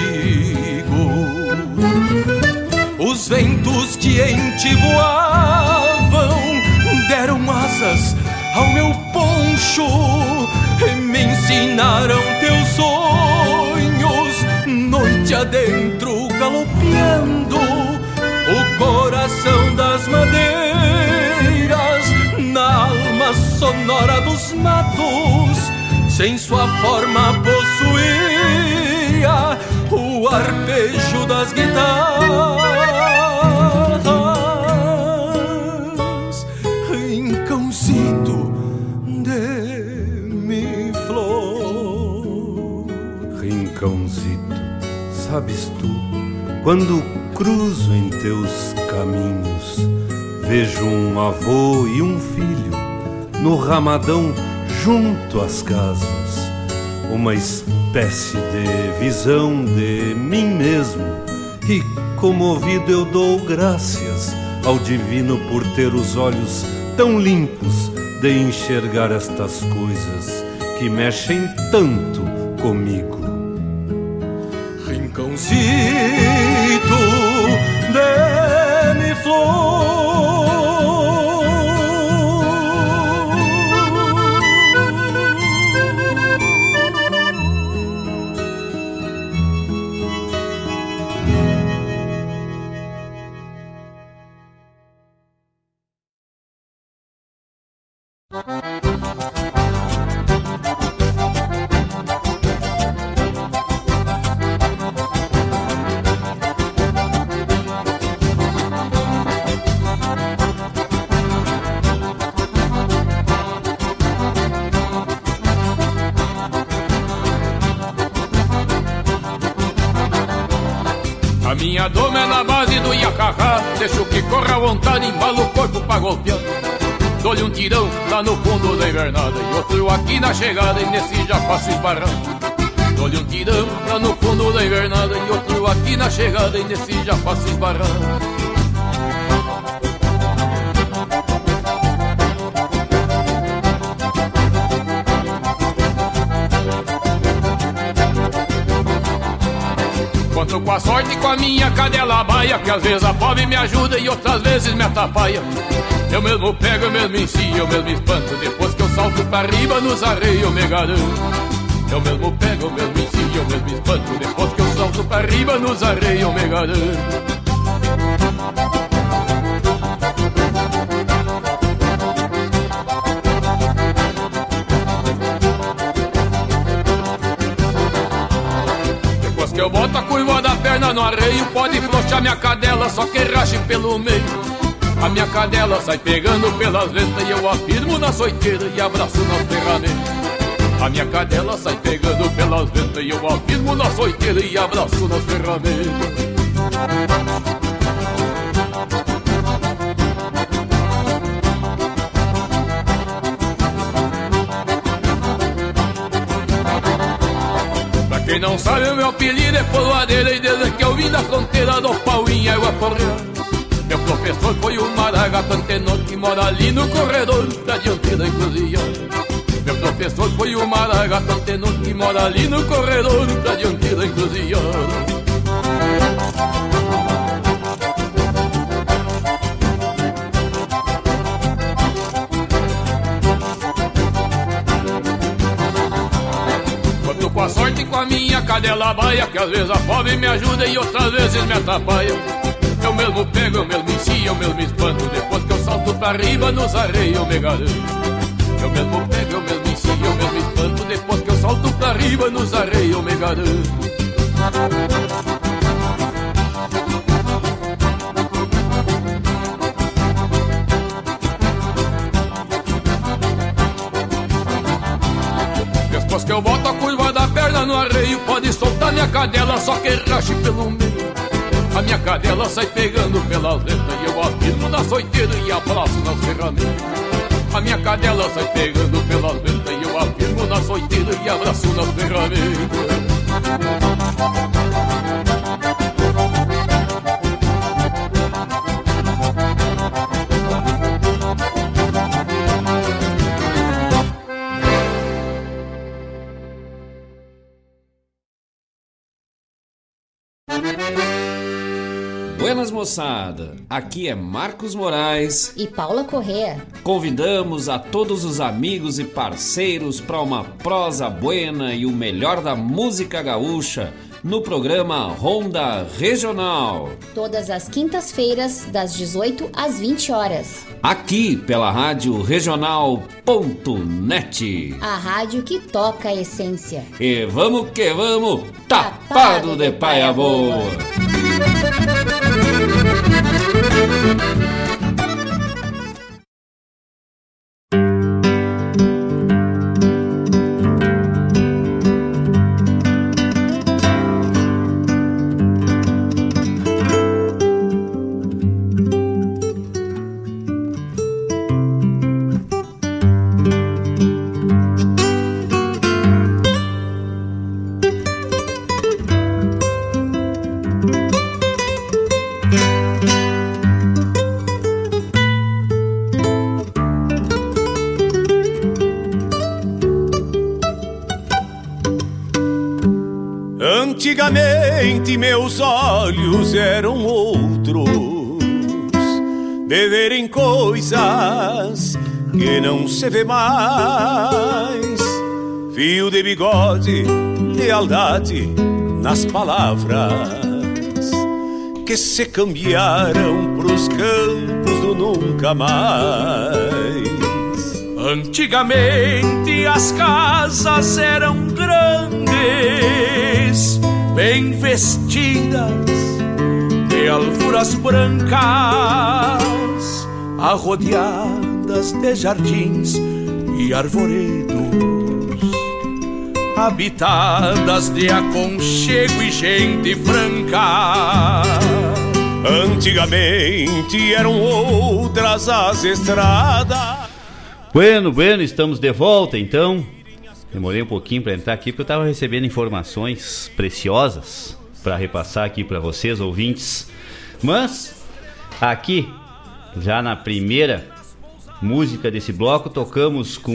Os ventos que em ti voavam deram asas ao meu poncho e me ensinaram teus sonhos, noite adentro galopeando o coração das madeiras, na alma sonora dos matos, sem sua forma possuía o arpejo das guitarras. Rincãozito de mi flor. Rincãozito, sabes tu, Quando cruzo em teus caminhos, vejo um avô e um filho no ramadão junto às casas, uma espécie de visão de mim mesmo, e comovido eu dou graças ao divino por ter os olhos tão limpos de enxergar estas coisas que mexem tanto comigo. Rincãozito de mi flor, minha doma é na base do iacarrá, deixo que corra à vontade, embalo o corpo pra golpear. Dou-lhe um tirão lá no fundo da invernada e outro aqui na chegada, e nesse já faço esbarrando. Dou-lhe um tirão lá no fundo da invernada e outro aqui na chegada, e nesse já faço esbarrando. Conto com a sorte e com a minha cadela baia, que às vezes a pobre me ajuda e outras vezes me atrapalha. Eu mesmo pego, eu mesmo ensino, eu mesmo espanto, depois que eu salto pra riba nos arreios eu me garanto. Eu mesmo pego, eu mesmo ensino, eu mesmo espanto, depois que eu salto pra riba nos arreios eu me garanto. Eu boto a curva da perna no arreio, pode flochar minha cadela, só que rache pelo meio. A minha cadela sai pegando pelas ventas e eu afirmo na soiteira e abraço nas ferramentas. A minha cadela sai pegando pelas ventas e eu afirmo na soiteira e abraço nas ferramentas. Quem não sabe o meu apelido é Poloadeira, e desde que eu vim da fronteira do pau em água correr. Meu professor foi o Maragato Antenor, que mora ali no corredor da dianteira da encruzilhada. Meu professor foi o Maragato Antenor, que mora ali no corredor da dianteira da encruzilhada. Com a sorte e com a minha cadela baia, que às vezes a pobre me ajuda e outras vezes me atrapalha. Eu mesmo pego, eu mesmo ensino, eu mesmo espanto, depois que eu salto pra riba nos arreios eu me garanto. Eu mesmo pego, eu mesmo ensino, eu mesmo espanto, depois que eu salto pra riba nos arreios eu me garanto. Depois que eu boto a curva da perna no arreio, pode soltar minha cadela, só que rache pelo meio. A minha cadela sai pegando pelas ventas e eu afirmo na soiteira e abraço nas ferramentas. A minha cadela sai pegando pelas ventas e eu afirmo na soiteira e abraço nas ferramentas. Buenas moçada, aqui é Marcos Moraes e Paula Correa. Convidamos a todos os amigos e parceiros para uma prosa buena e o melhor da música gaúcha no programa Ronda Regional. Todas as quintas-feiras, das 18 às 20 horas. Aqui pela Rádio Regional.net. A rádio que toca a essência. E vamos que vamos, tapado de paia boa. Antigamente meus olhos eram outros, de verem coisas que não se vê mais. Fio de bigode, lealdade nas palavras que se cambiaram pros campos do nunca mais. Antigamente as casas eram grandes, bem vestidas de alfuras brancas, arrodeadas de jardins e arvoredos, habitadas de aconchego e gente franca. Antigamente eram outras as estradas. Bueno, estamos de volta então. Demorei um pouquinho para entrar aqui porque eu estava recebendo informações preciosas para repassar aqui para vocês, ouvintes. Mas aqui, já na primeira música desse bloco, tocamos com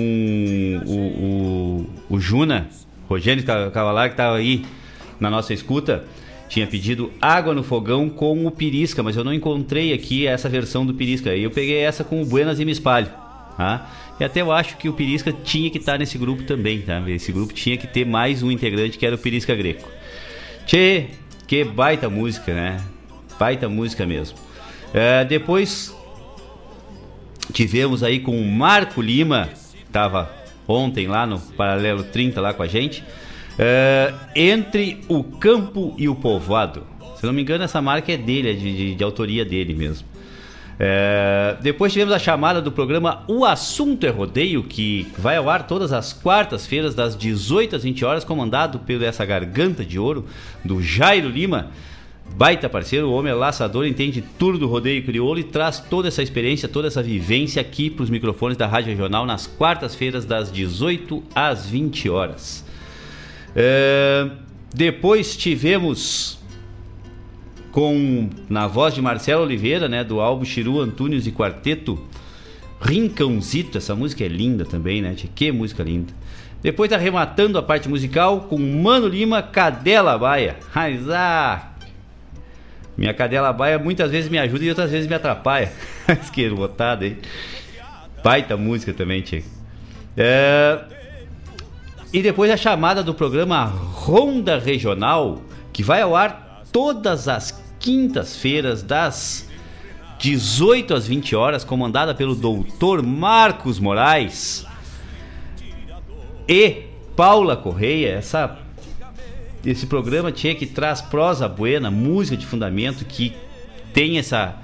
o Juna, Rogênio Cavalar, que estava aí na nossa escuta. Tinha pedido Água no Fogão com o Pirisca, mas eu não encontrei aqui essa versão do Pirisca. E eu peguei essa com o Buenas e Me Espalho, tá? E até eu acho que o Pirisca tinha que estar nesse grupo também, tá? Esse grupo tinha que ter mais um integrante, que era o Pirisca Greco. Tchê, que baita música, né? Baita música mesmo. Depois tivemos aí com o Marco Lima, tava ontem lá no Paralelo 30 lá com a gente. Entre o Campo e o Povoado. Se não me engano, essa marca é dele, é de autoria dele mesmo. Depois tivemos a chamada do programa O Assunto é Rodeio, que vai ao ar todas as quartas-feiras das 18 às 20 horas, comandado por essa garganta de ouro do Jairo Lima, baita parceiro. O homem é laçador, entende tudo do rodeio crioulo e traz toda essa experiência, toda essa vivência aqui para os microfones da Rádio Regional nas quartas-feiras das 18 às 20 horas. Depois tivemos na voz de Marcelo Oliveira, né, do álbum Chiru Antunes e Quarteto, Rincãozito. Essa música é linda também, né? Que música linda. Depois tá arrematando a parte musical com Mano Lima, Cadela Baia. Minha Cadela Baia muitas vezes me ajuda e outras vezes me atrapalha. Que botada, hein? Baita música também, tia. E depois a chamada do programa Ronda Regional, que vai ao ar todas as quintas-feiras das 18 às 20 horas, comandada pelo Dr. Marcos Moraes e Paula Correia. Esse programa tinha que traz prosa buena, música de fundamento, que tem essa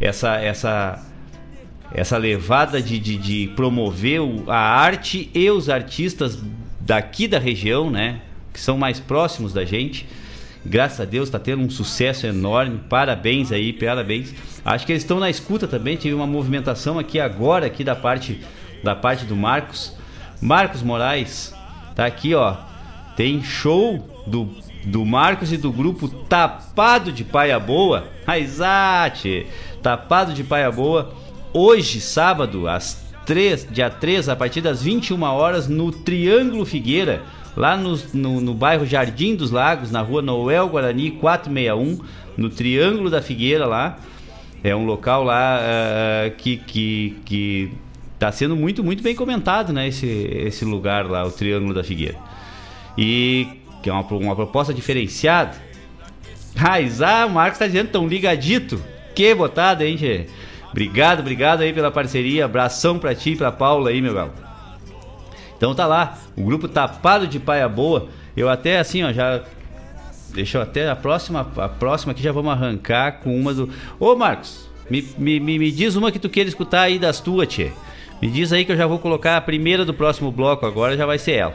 levada de promover a arte e os artistas daqui da região, né, que são mais próximos da gente. Graças a Deus está tendo um sucesso enorme. Parabéns aí, parabéns. Acho que eles estão na escuta também. Tive uma movimentação aqui agora, aqui da parte do Marcos Moraes. Tá aqui, ó. Tem show do Marcos e do grupo Tapado de Paia Boa. Raizate, Tapado de Paia Boa. Hoje, sábado, dia 3, a partir das 21 horas, no Triângulo Figueira, lá no bairro Jardim dos Lagos, na rua Noel Guarani 461, no Triângulo da Figueira lá. É um local lá que está sendo muito, muito bem comentado, né? Esse lugar lá, o Triângulo da Figueira. E que é uma proposta diferenciada. O Marcos está dizendo, tão ligadito. Que botada, hein, Gê? Obrigado aí pela parceria. Abração pra ti e pra Paula aí, meu galo. Então tá lá, o grupo Tapado de Paia Boa. Eu até assim, ó, já... Deixa eu até a próxima aqui já vamos arrancar com uma do... Ô, Marcos, me diz uma que tu queira escutar aí das tuas, tchê. Me diz aí que eu já vou colocar a primeira do próximo bloco, agora já vai ser ela.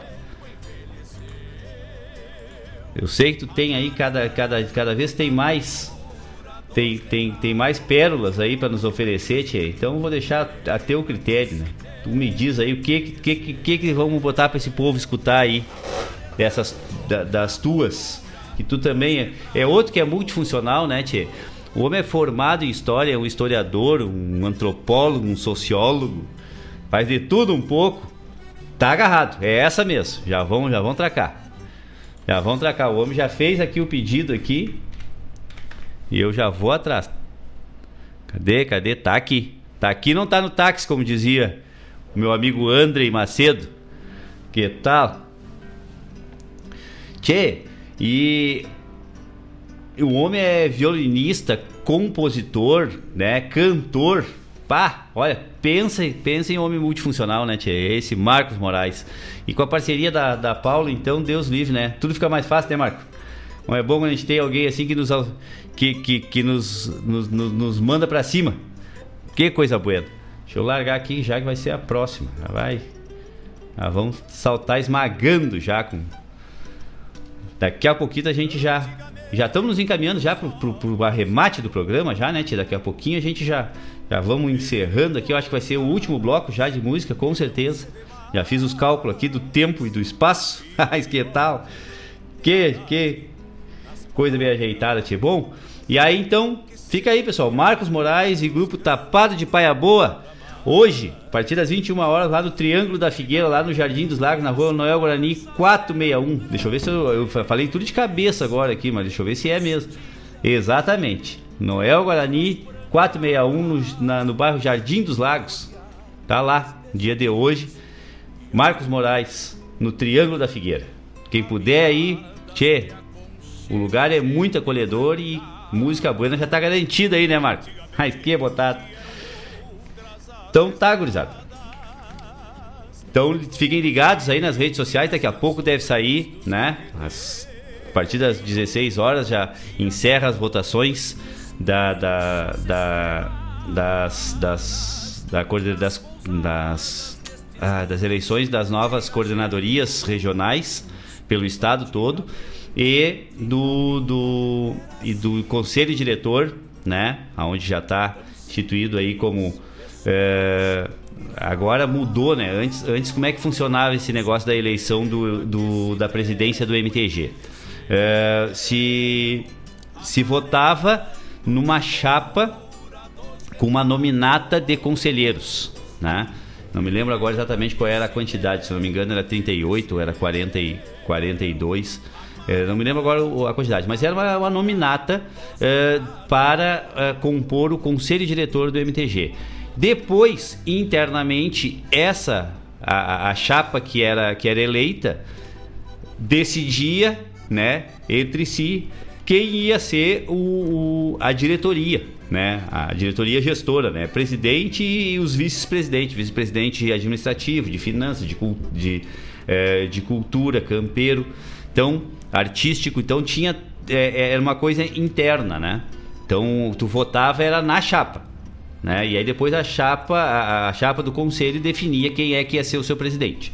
Eu sei que tu tem aí, cada vez tem mais... Tem mais pérolas aí pra nos oferecer, tchê. Então eu vou deixar a teu critério, né? Tu me diz aí o que vamos botar pra esse povo escutar aí das tuas, que tu também é outro que é multifuncional, né, tchê? O homem é formado em história, é um historiador, um antropólogo, um sociólogo, faz de tudo um pouco. Tá agarrado, é essa mesmo, já vão tracar. Já vamos tracar. O homem já fez aqui o pedido aqui. E eu já vou atrás. Cadê? Tá aqui. Tá aqui, não tá no táxi, como dizia o meu amigo Andrei Macedo. Que tal? Tchê, e o homem é violinista, compositor, né? Cantor. Pá, olha, pensa em homem multifuncional, né, tchê? Esse Marcos Moraes. E com a parceria da Paula, então, Deus livre, né? Tudo fica mais fácil, né, Marco? Não é bom quando a gente tem alguém assim que nos manda pra cima. Que coisa boa. Deixa eu largar aqui já que vai ser a próxima. Já vamos saltar esmagando já com... Daqui a pouquinho a gente já estamos nos encaminhando já pro arremate do programa já, né, tia? Daqui a pouquinho a gente já vamos encerrando aqui. Eu acho que vai ser o último bloco já de música, com certeza. Já fiz os cálculos aqui do tempo e do espaço. Que tal? Que coisa bem ajeitada, tia. Bom, e aí então, fica aí, pessoal. Marcos Moraes e grupo Tapado de Paia Boa. Hoje, a partir das 21 horas, lá no Triângulo da Figueira, lá no Jardim dos Lagos, na rua Noel Guarani 461. Deixa eu ver se eu falei tudo de cabeça agora aqui, mas deixa eu ver se é mesmo. Exatamente. Noel Guarani 461, no bairro Jardim dos Lagos. Tá lá, dia de hoje. Marcos Moraes, no Triângulo da Figueira. Quem puder aí, tchê, o lugar é muito acolhedor e música boa já tá garantida aí, né, Marcos? Ai, que botado. Então tá, gurizada. Então fiquem ligados aí nas redes sociais. Daqui a pouco deve sair, né? A partir das 16 horas já encerra as votações das eleições das novas coordenadorias regionais pelo estado todo e do conselho diretor, né? Onde já está instituído aí como agora mudou, né? Antes como é que funcionava esse negócio da eleição da presidência do MTG? Se votava numa chapa com uma nominata de conselheiros, né? Não me lembro agora exatamente qual era a quantidade, se não me engano era 38 ou era 42, não me lembro agora a quantidade, mas era uma nominata para compor o conselho diretor do MTG. Depois, internamente, a chapa que era eleita decidia, né, entre si quem ia ser a diretoria, né, a diretoria gestora, né, presidente e os vice-presidentes, vice-presidente administrativo, de finanças, de cultura, campeiro, então artístico, então era uma coisa interna, né, então tu votava era na chapa, né, e aí depois a chapa do conselho definia quem é que ia ser o seu presidente.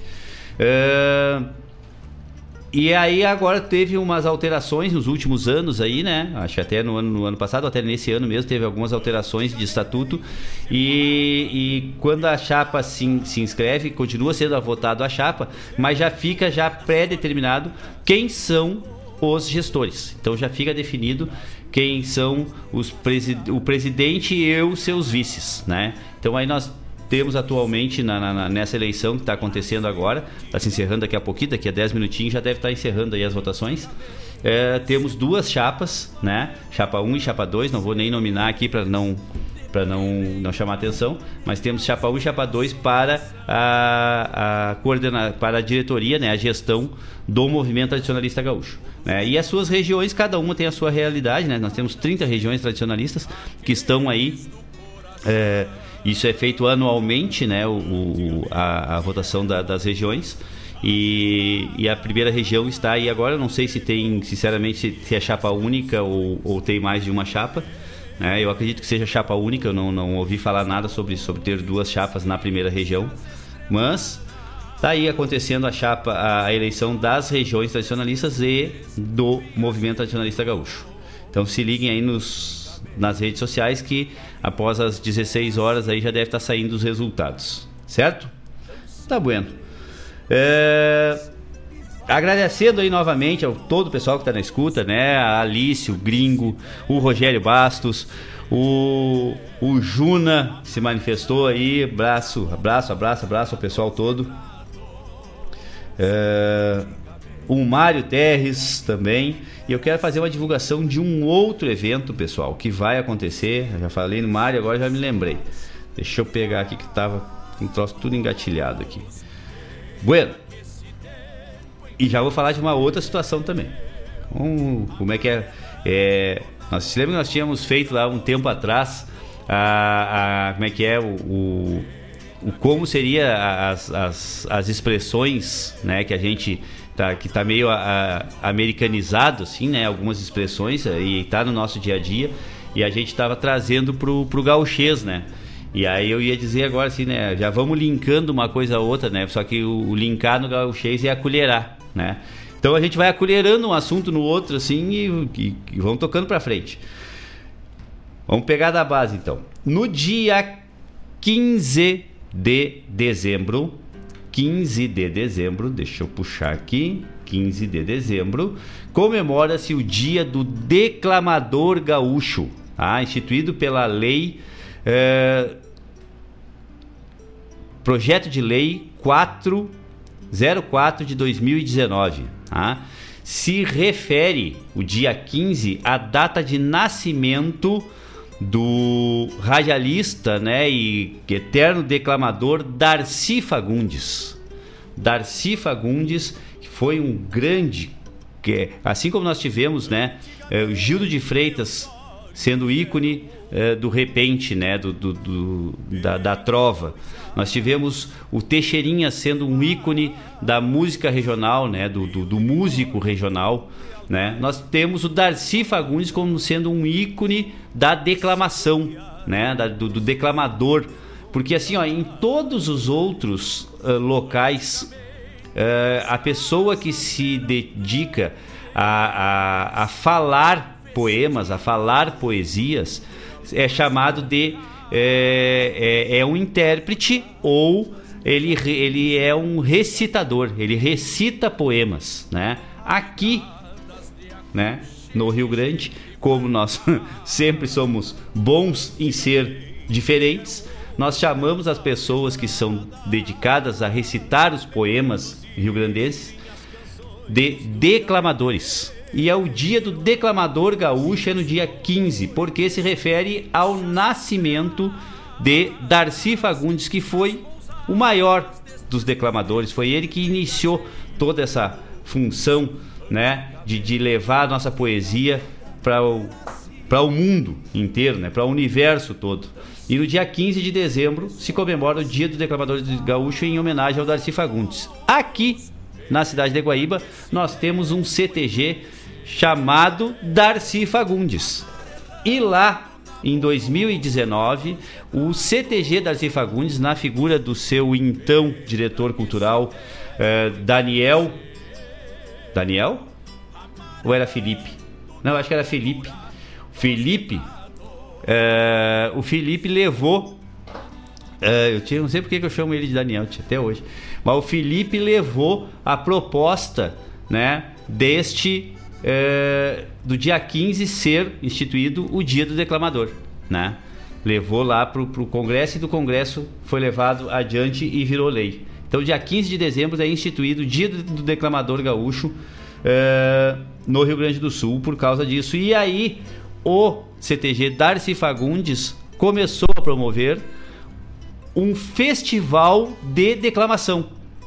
E aí agora teve umas alterações nos últimos anos aí, né? Acho que até no ano passado, até nesse ano mesmo, teve algumas alterações de estatuto. E quando a chapa se inscreve, continua sendo votado a chapa, mas já fica pré-determinado quem são os gestores. Então já fica definido quem são o presidente e os seus vices, né? Então aí nós temos atualmente nessa eleição que está acontecendo agora, está se encerrando daqui a pouquinho, daqui a 10 minutinhos já deve estar encerrando aí as votações. Temos duas chapas, né? Chapa 1 e chapa 2, não vou nem nominar aqui para não chamar atenção, mas temos chapa 1 e chapa 2 para para a diretoria, né? A gestão do movimento tradicionalista gaúcho, né? E as suas regiões, cada uma tem a sua realidade, né? Nós temos 30 regiões tradicionalistas que estão aí. Isso é feito anualmente, né? A votação das regiões. E a primeira região está aí agora. Não sei se tem, sinceramente, se é chapa única ou tem mais de uma chapa, né? Eu acredito que seja chapa única. Eu não ouvi falar nada sobre ter duas chapas na primeira região. Mas está aí acontecendo a eleição das regiões tradicionalistas e do movimento tradicionalista gaúcho. Então se liguem aí nas redes sociais que após as 16 horas aí já deve estar saindo os resultados, certo? Tá bueno. Agradecendo aí novamente a todo o pessoal que está na escuta, né? A Alice, o Gringo, o Rogério Bastos, o Juna se manifestou aí, abraço ao pessoal todo. o Mário Terres também. E eu quero fazer uma divulgação de um outro evento, pessoal, que vai acontecer. Eu já falei no Mário, agora já me lembrei. Deixa eu pegar aqui que tava um troço tudo engatilhado aqui. Bueno. E já vou falar de uma outra situação também. Como é que é? Nós se lembra que nós tínhamos feito lá um tempo atrás como é que é como seria as expressões, né, que a gente que tá meio americanizado assim, né, algumas expressões e tá no nosso dia a dia, e a gente estava trazendo pro gauchês, né? E aí eu ia dizer agora assim, né, já vamos linkando uma coisa a outra, né? Só que o linkar no gauchês é acolherar, né? Então a gente vai acolherando um assunto no outro assim e vamos tocando para frente. Vamos pegar da base então. No dia 15 de dezembro, deixa eu puxar aqui, 15 de dezembro, comemora-se o Dia do Declamador Gaúcho, instituído pela lei, projeto de lei 404 de 2019, se refere o dia 15 à data de nascimento do radialista, né, e eterno declamador Darcy Fagundes. Darcy Fagundes, que foi um grande, assim como nós tivemos, né, o Gildo de Freitas sendo ícone do repente, né, da trova. Nós tivemos o Teixeirinha sendo um ícone da música regional, né, do músico regional, né? Nós temos o Darcy Fagundes como sendo um ícone da declamação, né, do declamador, porque assim, em todos os outros locais, a pessoa que se dedica a falar poemas, a falar poesias, é chamado de um intérprete, ou ele é um recitador, ele recita poemas, né? Aqui, né, no Rio Grande, como nós sempre somos bons em ser diferentes, nós chamamos as pessoas que são dedicadas a recitar os poemas rio-grandenses de declamadores. E é o Dia do Declamador Gaúcho, é no dia 15, porque se refere ao nascimento de Darcy Fagundes, que foi o maior dos declamadores. Foi ele que iniciou toda essa função, né, de levar a nossa poesia para o mundo inteiro, né, para o universo todo. E no dia 15 de dezembro se comemora o Dia do Declamador Gaúcho em homenagem ao Darcy Fagundes. Aqui na cidade de Guaíba nós temos um CTG chamado Darcy Fagundes. E lá em 2019, o CTG Darcy Fagundes, na figura do seu então diretor cultural, Daniel? Ou era Felipe? Não, acho que era Felipe. O Felipe levou... eu não sei porque que eu chamo ele de Daniel até hoje. Mas o Felipe levou a proposta, né, do dia 15 ser instituído o Dia do Declamador, né? Levou lá pro Congresso, e do Congresso foi levado adiante e virou lei. Então, dia 15 de dezembro é instituído o Dia do Declamador Gaúcho no Rio Grande do Sul por causa disso. E aí o CTG Darcy Fagundes começou a promover um festival de declamação,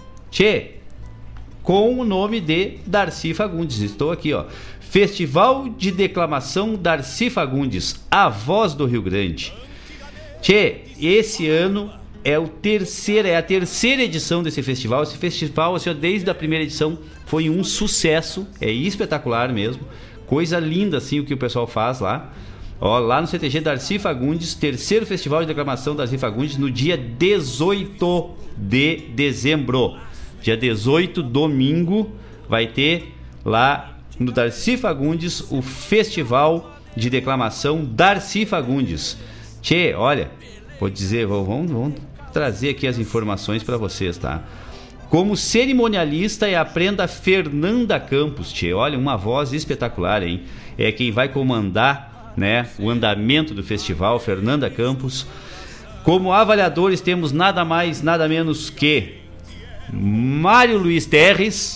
com o nome de Darcy Fagundes. Estou aqui, Festival de Declamação Darcy Fagundes, a voz do Rio Grande. Esse ano é a terceira edição desse festival. Esse festival, assim, desde a primeira edição, foi um sucesso. É espetacular mesmo. Coisa linda, assim, o que o pessoal faz lá. Lá no CTG Darcy Fagundes, terceiro Festival de Declamação Darcy Fagundes, no dia 18 de dezembro. Dia 18, domingo, vai ter lá no Darcy Fagundes o Festival de Declamação Darcy Fagundes. Olha, vou dizer, vamos trazer aqui as informações para vocês, tá? Como cerimonialista é a prenda Fernanda Campos, olha, uma voz espetacular, hein? É quem vai comandar, né, o andamento do festival, Fernanda Campos. Como avaliadores temos nada mais, nada menos que Mário Luiz Terres,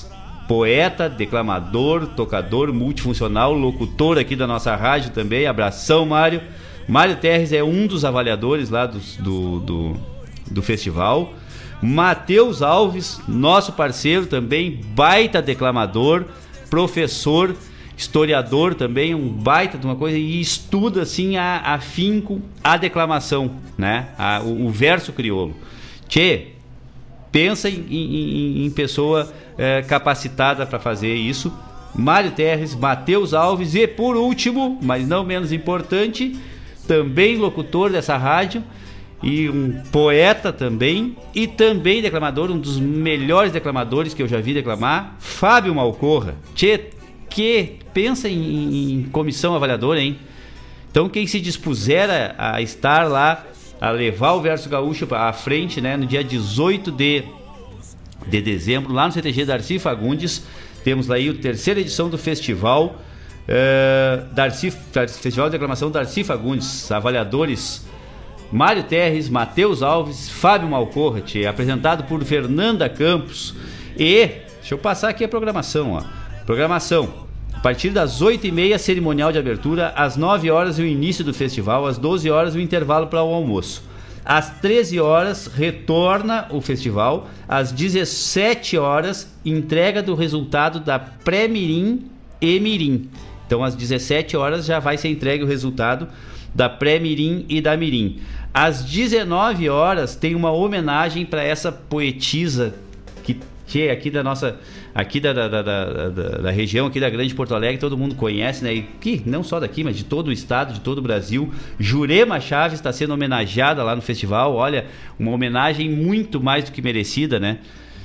poeta, declamador, tocador, multifuncional, locutor aqui da nossa rádio também. Abração, Mário. Mário Terres é um dos avaliadores lá do festival. Matheus Alves, nosso parceiro também, baita declamador, professor, historiador também, um baita de uma coisa, e estuda assim afinco a declamação, né? O verso crioulo. Tchê, pensa em pessoa capacitada para fazer isso. Mário Terres, Matheus Alves e, por último, mas não menos importante, também locutor dessa rádio e um poeta também, e também declamador, um dos melhores declamadores que eu já vi declamar, Fábio Malcorra. Tchê, que pensa em comissão avaliadora, hein? Então quem se dispuser a estar lá, a levar o verso gaúcho à frente, né, no dia 18 de dezembro, lá no CTG Darcy Fagundes, temos lá aí a terceira edição do festival, Festival de Declamação Darcy Fagundes, avaliadores Mário Terres, Matheus Alves, Fábio Malcorra, apresentado por Fernanda Campos. E, deixa eu passar aqui a programação, ó. Programação, a partir das 8h30, cerimonial de abertura, às 9 horas o início do festival, às 12 horas o intervalo para o almoço. Às 13 horas retorna o festival, às 17 horas entrega do resultado da pré-mirim e mirim. Então às 17 horas já vai ser entregue o resultado da pré-mirim e da mirim. Às 19 horas tem uma homenagem para essa poetisa que é aqui da nossa, aqui da região, aqui da Grande Porto Alegre, todo mundo conhece, né? E que não só daqui, mas de todo o estado, de todo o Brasil. Jurema Chaves está sendo homenageada lá no festival. Olha, uma homenagem muito mais do que merecida, né?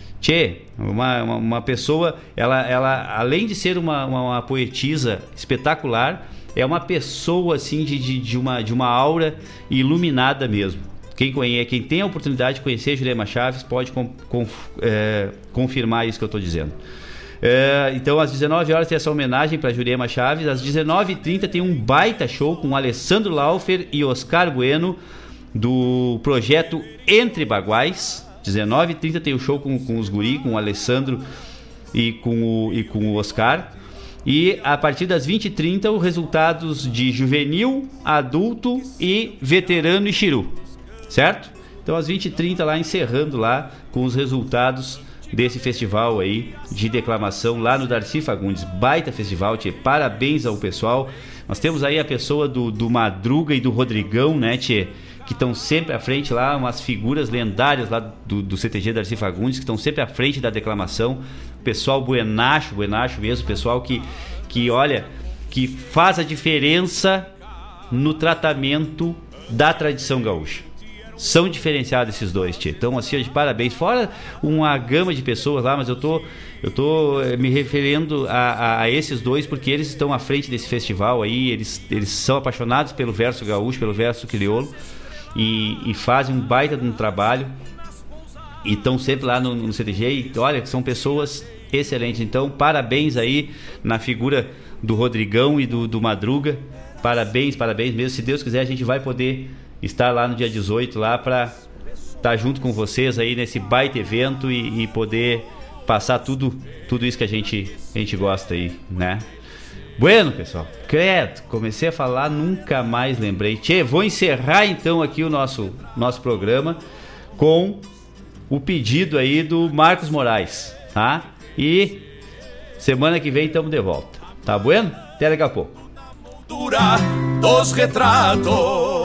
Uma pessoa, ela além de ser uma poetisa espetacular, é uma pessoa assim de uma aura iluminada mesmo. Quem tem a oportunidade de conhecer Jurema Chaves pode confirmar isso que eu estou dizendo. Então às 19 horas tem essa homenagem para Jurema Chaves. Às 19h30 tem um baita show com Alessandro Laufer e Oscar Bueno, do projeto Entre Baguais. 19h30 tem o show com os guri, com o Alessandro e com o Oscar. E a partir das 20h30 os resultados de juvenil, adulto e veterano e xiru, certo? Então às 20h30 lá, encerrando lá com os resultados desse festival aí de declamação lá no Darcy Fagundes. Baita festival, tchê. Parabéns ao pessoal. Nós temos aí a pessoa do Madruga e do Rodrigão, né, tchê, que estão sempre à frente lá, umas figuras lendárias lá do CTG Darcy Fagundes, que estão sempre à frente da declamação. Pessoal buenacho mesmo, pessoal que olha, que faz a diferença no tratamento da tradição gaúcha. São diferenciados esses dois, tchê. Então, assim, de parabéns. Fora uma gama de pessoas lá, mas eu tô me referindo a esses dois, porque eles estão à frente desse festival aí, eles são apaixonados pelo verso gaúcho, pelo verso crioulo, e fazem um baita de um trabalho, e estão sempre lá no CTG, e olha, são pessoas excelentes. Então, parabéns aí na figura do Rodrigão e do Madruga. Parabéns mesmo. Se Deus quiser, a gente vai poder estar lá no dia 18 lá para estar junto com vocês aí nesse baita evento e poder passar tudo isso que a gente gosta aí, né? Bueno, pessoal, credo, comecei a falar, nunca mais lembrei. Tchê, vou encerrar então aqui o nosso programa com o pedido aí do Marcos Moraes, tá? E semana que vem estamos de volta, tá bueno? Até daqui a pouco. Dos retratos.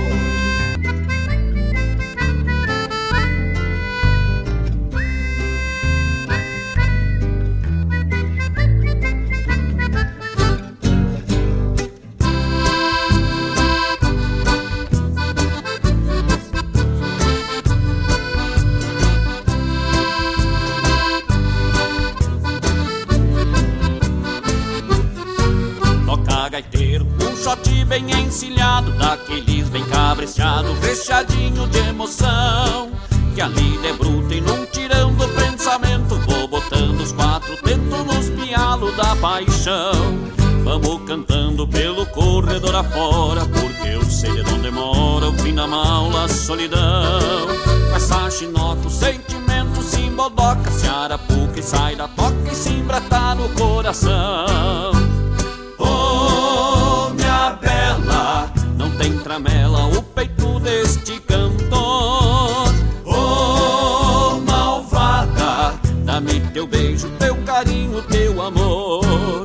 Bem encilhado, daqueles bem cabrecheado, fechadinho de emoção, que ali debruta e num tirão do pensamento vou botando os quatro tentos nos pialos da paixão. Vamos cantando pelo corredor afora, porque eu sei de onde mora o fim da maula, a solidão. Com essa chinoca o sentimento se embodoca, se arapuca e sai da toca e se embrata no coração. Oh, minha bela, não tem tramela o peito deste cantor. Oh, malvada, dá-me teu beijo, teu carinho, teu amor.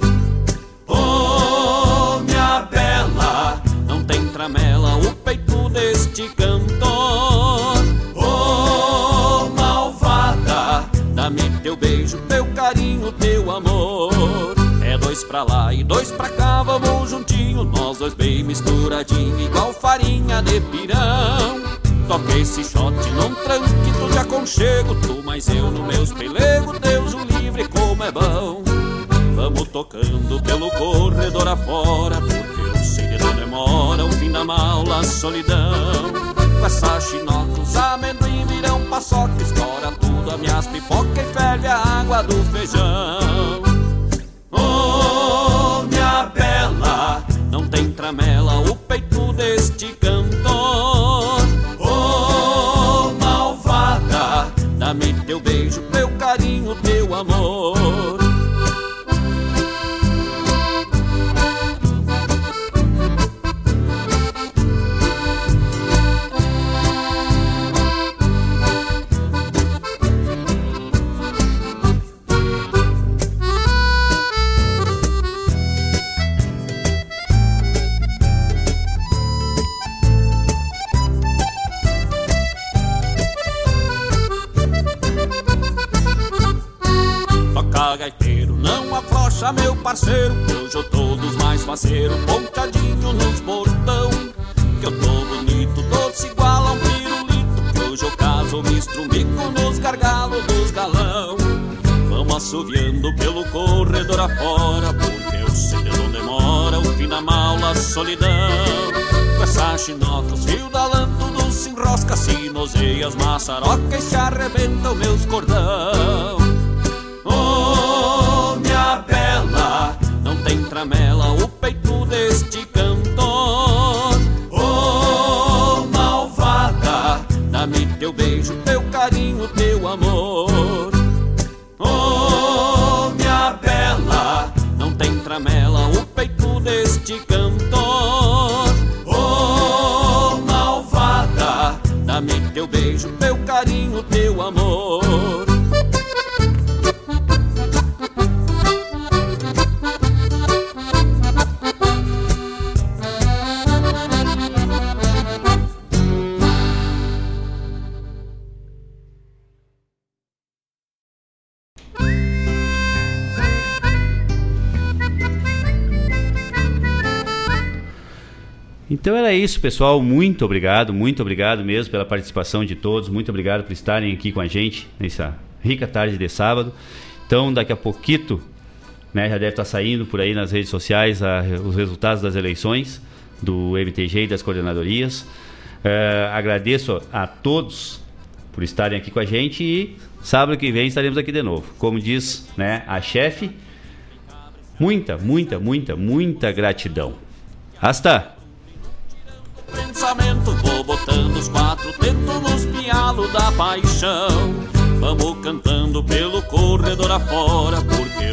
Oh, minha bela, não tem tramela o peito deste cantor. Oh, malvada, dá-me teu beijo, teu carinho, teu amor. É dois pra lá e dois pra cá, vamos juntinho, nós dois bem misturadinho, igual farinha de pirão. Toca esse shot num tranquito de aconchego, tu mais eu no meus pelego, Deus o livre como é bom. Vamos tocando pelo corredor afora, porque eu sei que não demora o fim da maula, a solidão. Com essa chinoca, os amendoim virão paçoca, estoura tudo a minhas pipoca e ferve a água do feijão. Oh, minha bela, não tem tramela o peito deste cantor. Oh, malvada, dá-me teu beijo, teu carinho, teu amor. Gaiteiro, não afrouxa meu parceiro, que hoje eu tô dos mais faceiros, ponteadinho nos portão. Que eu tô bonito, doce igual a um pirulito, que hoje eu caso, mistro um bico nos gargalos dos galão. Vamos assoviando pelo corredor afora, porque eu sei que não demora o fim da maula, a solidão. Com essa chinoca, os fios da lã tudo se enrosca, se noseia as maçarocas e se arrebentam meus cordão. Oh, minha bela, não tem tramela o peito deste cantor. Oh, malvada, dá-me teu beijo, teu carinho, teu amor. Oh, minha bela, não tem tramela o peito deste cantor. Oh, malvada, dá-me teu beijo, teu carinho, teu amor. Então era isso, pessoal, muito obrigado mesmo pela participação de todos, muito obrigado por estarem aqui com a gente nessa rica tarde de sábado. Então daqui a pouquinho, né, já deve estar saindo por aí nas redes sociais os resultados das eleições do MTG e das coordenadorias. Agradeço a todos por estarem aqui com a gente e sábado que vem estaremos aqui de novo. Como diz, né, a chefe, muita gratidão. Hasta! Pensamento, vou botando os quatro tentos nos pialos da paixão. Vamos cantando pelo corredor afora, porque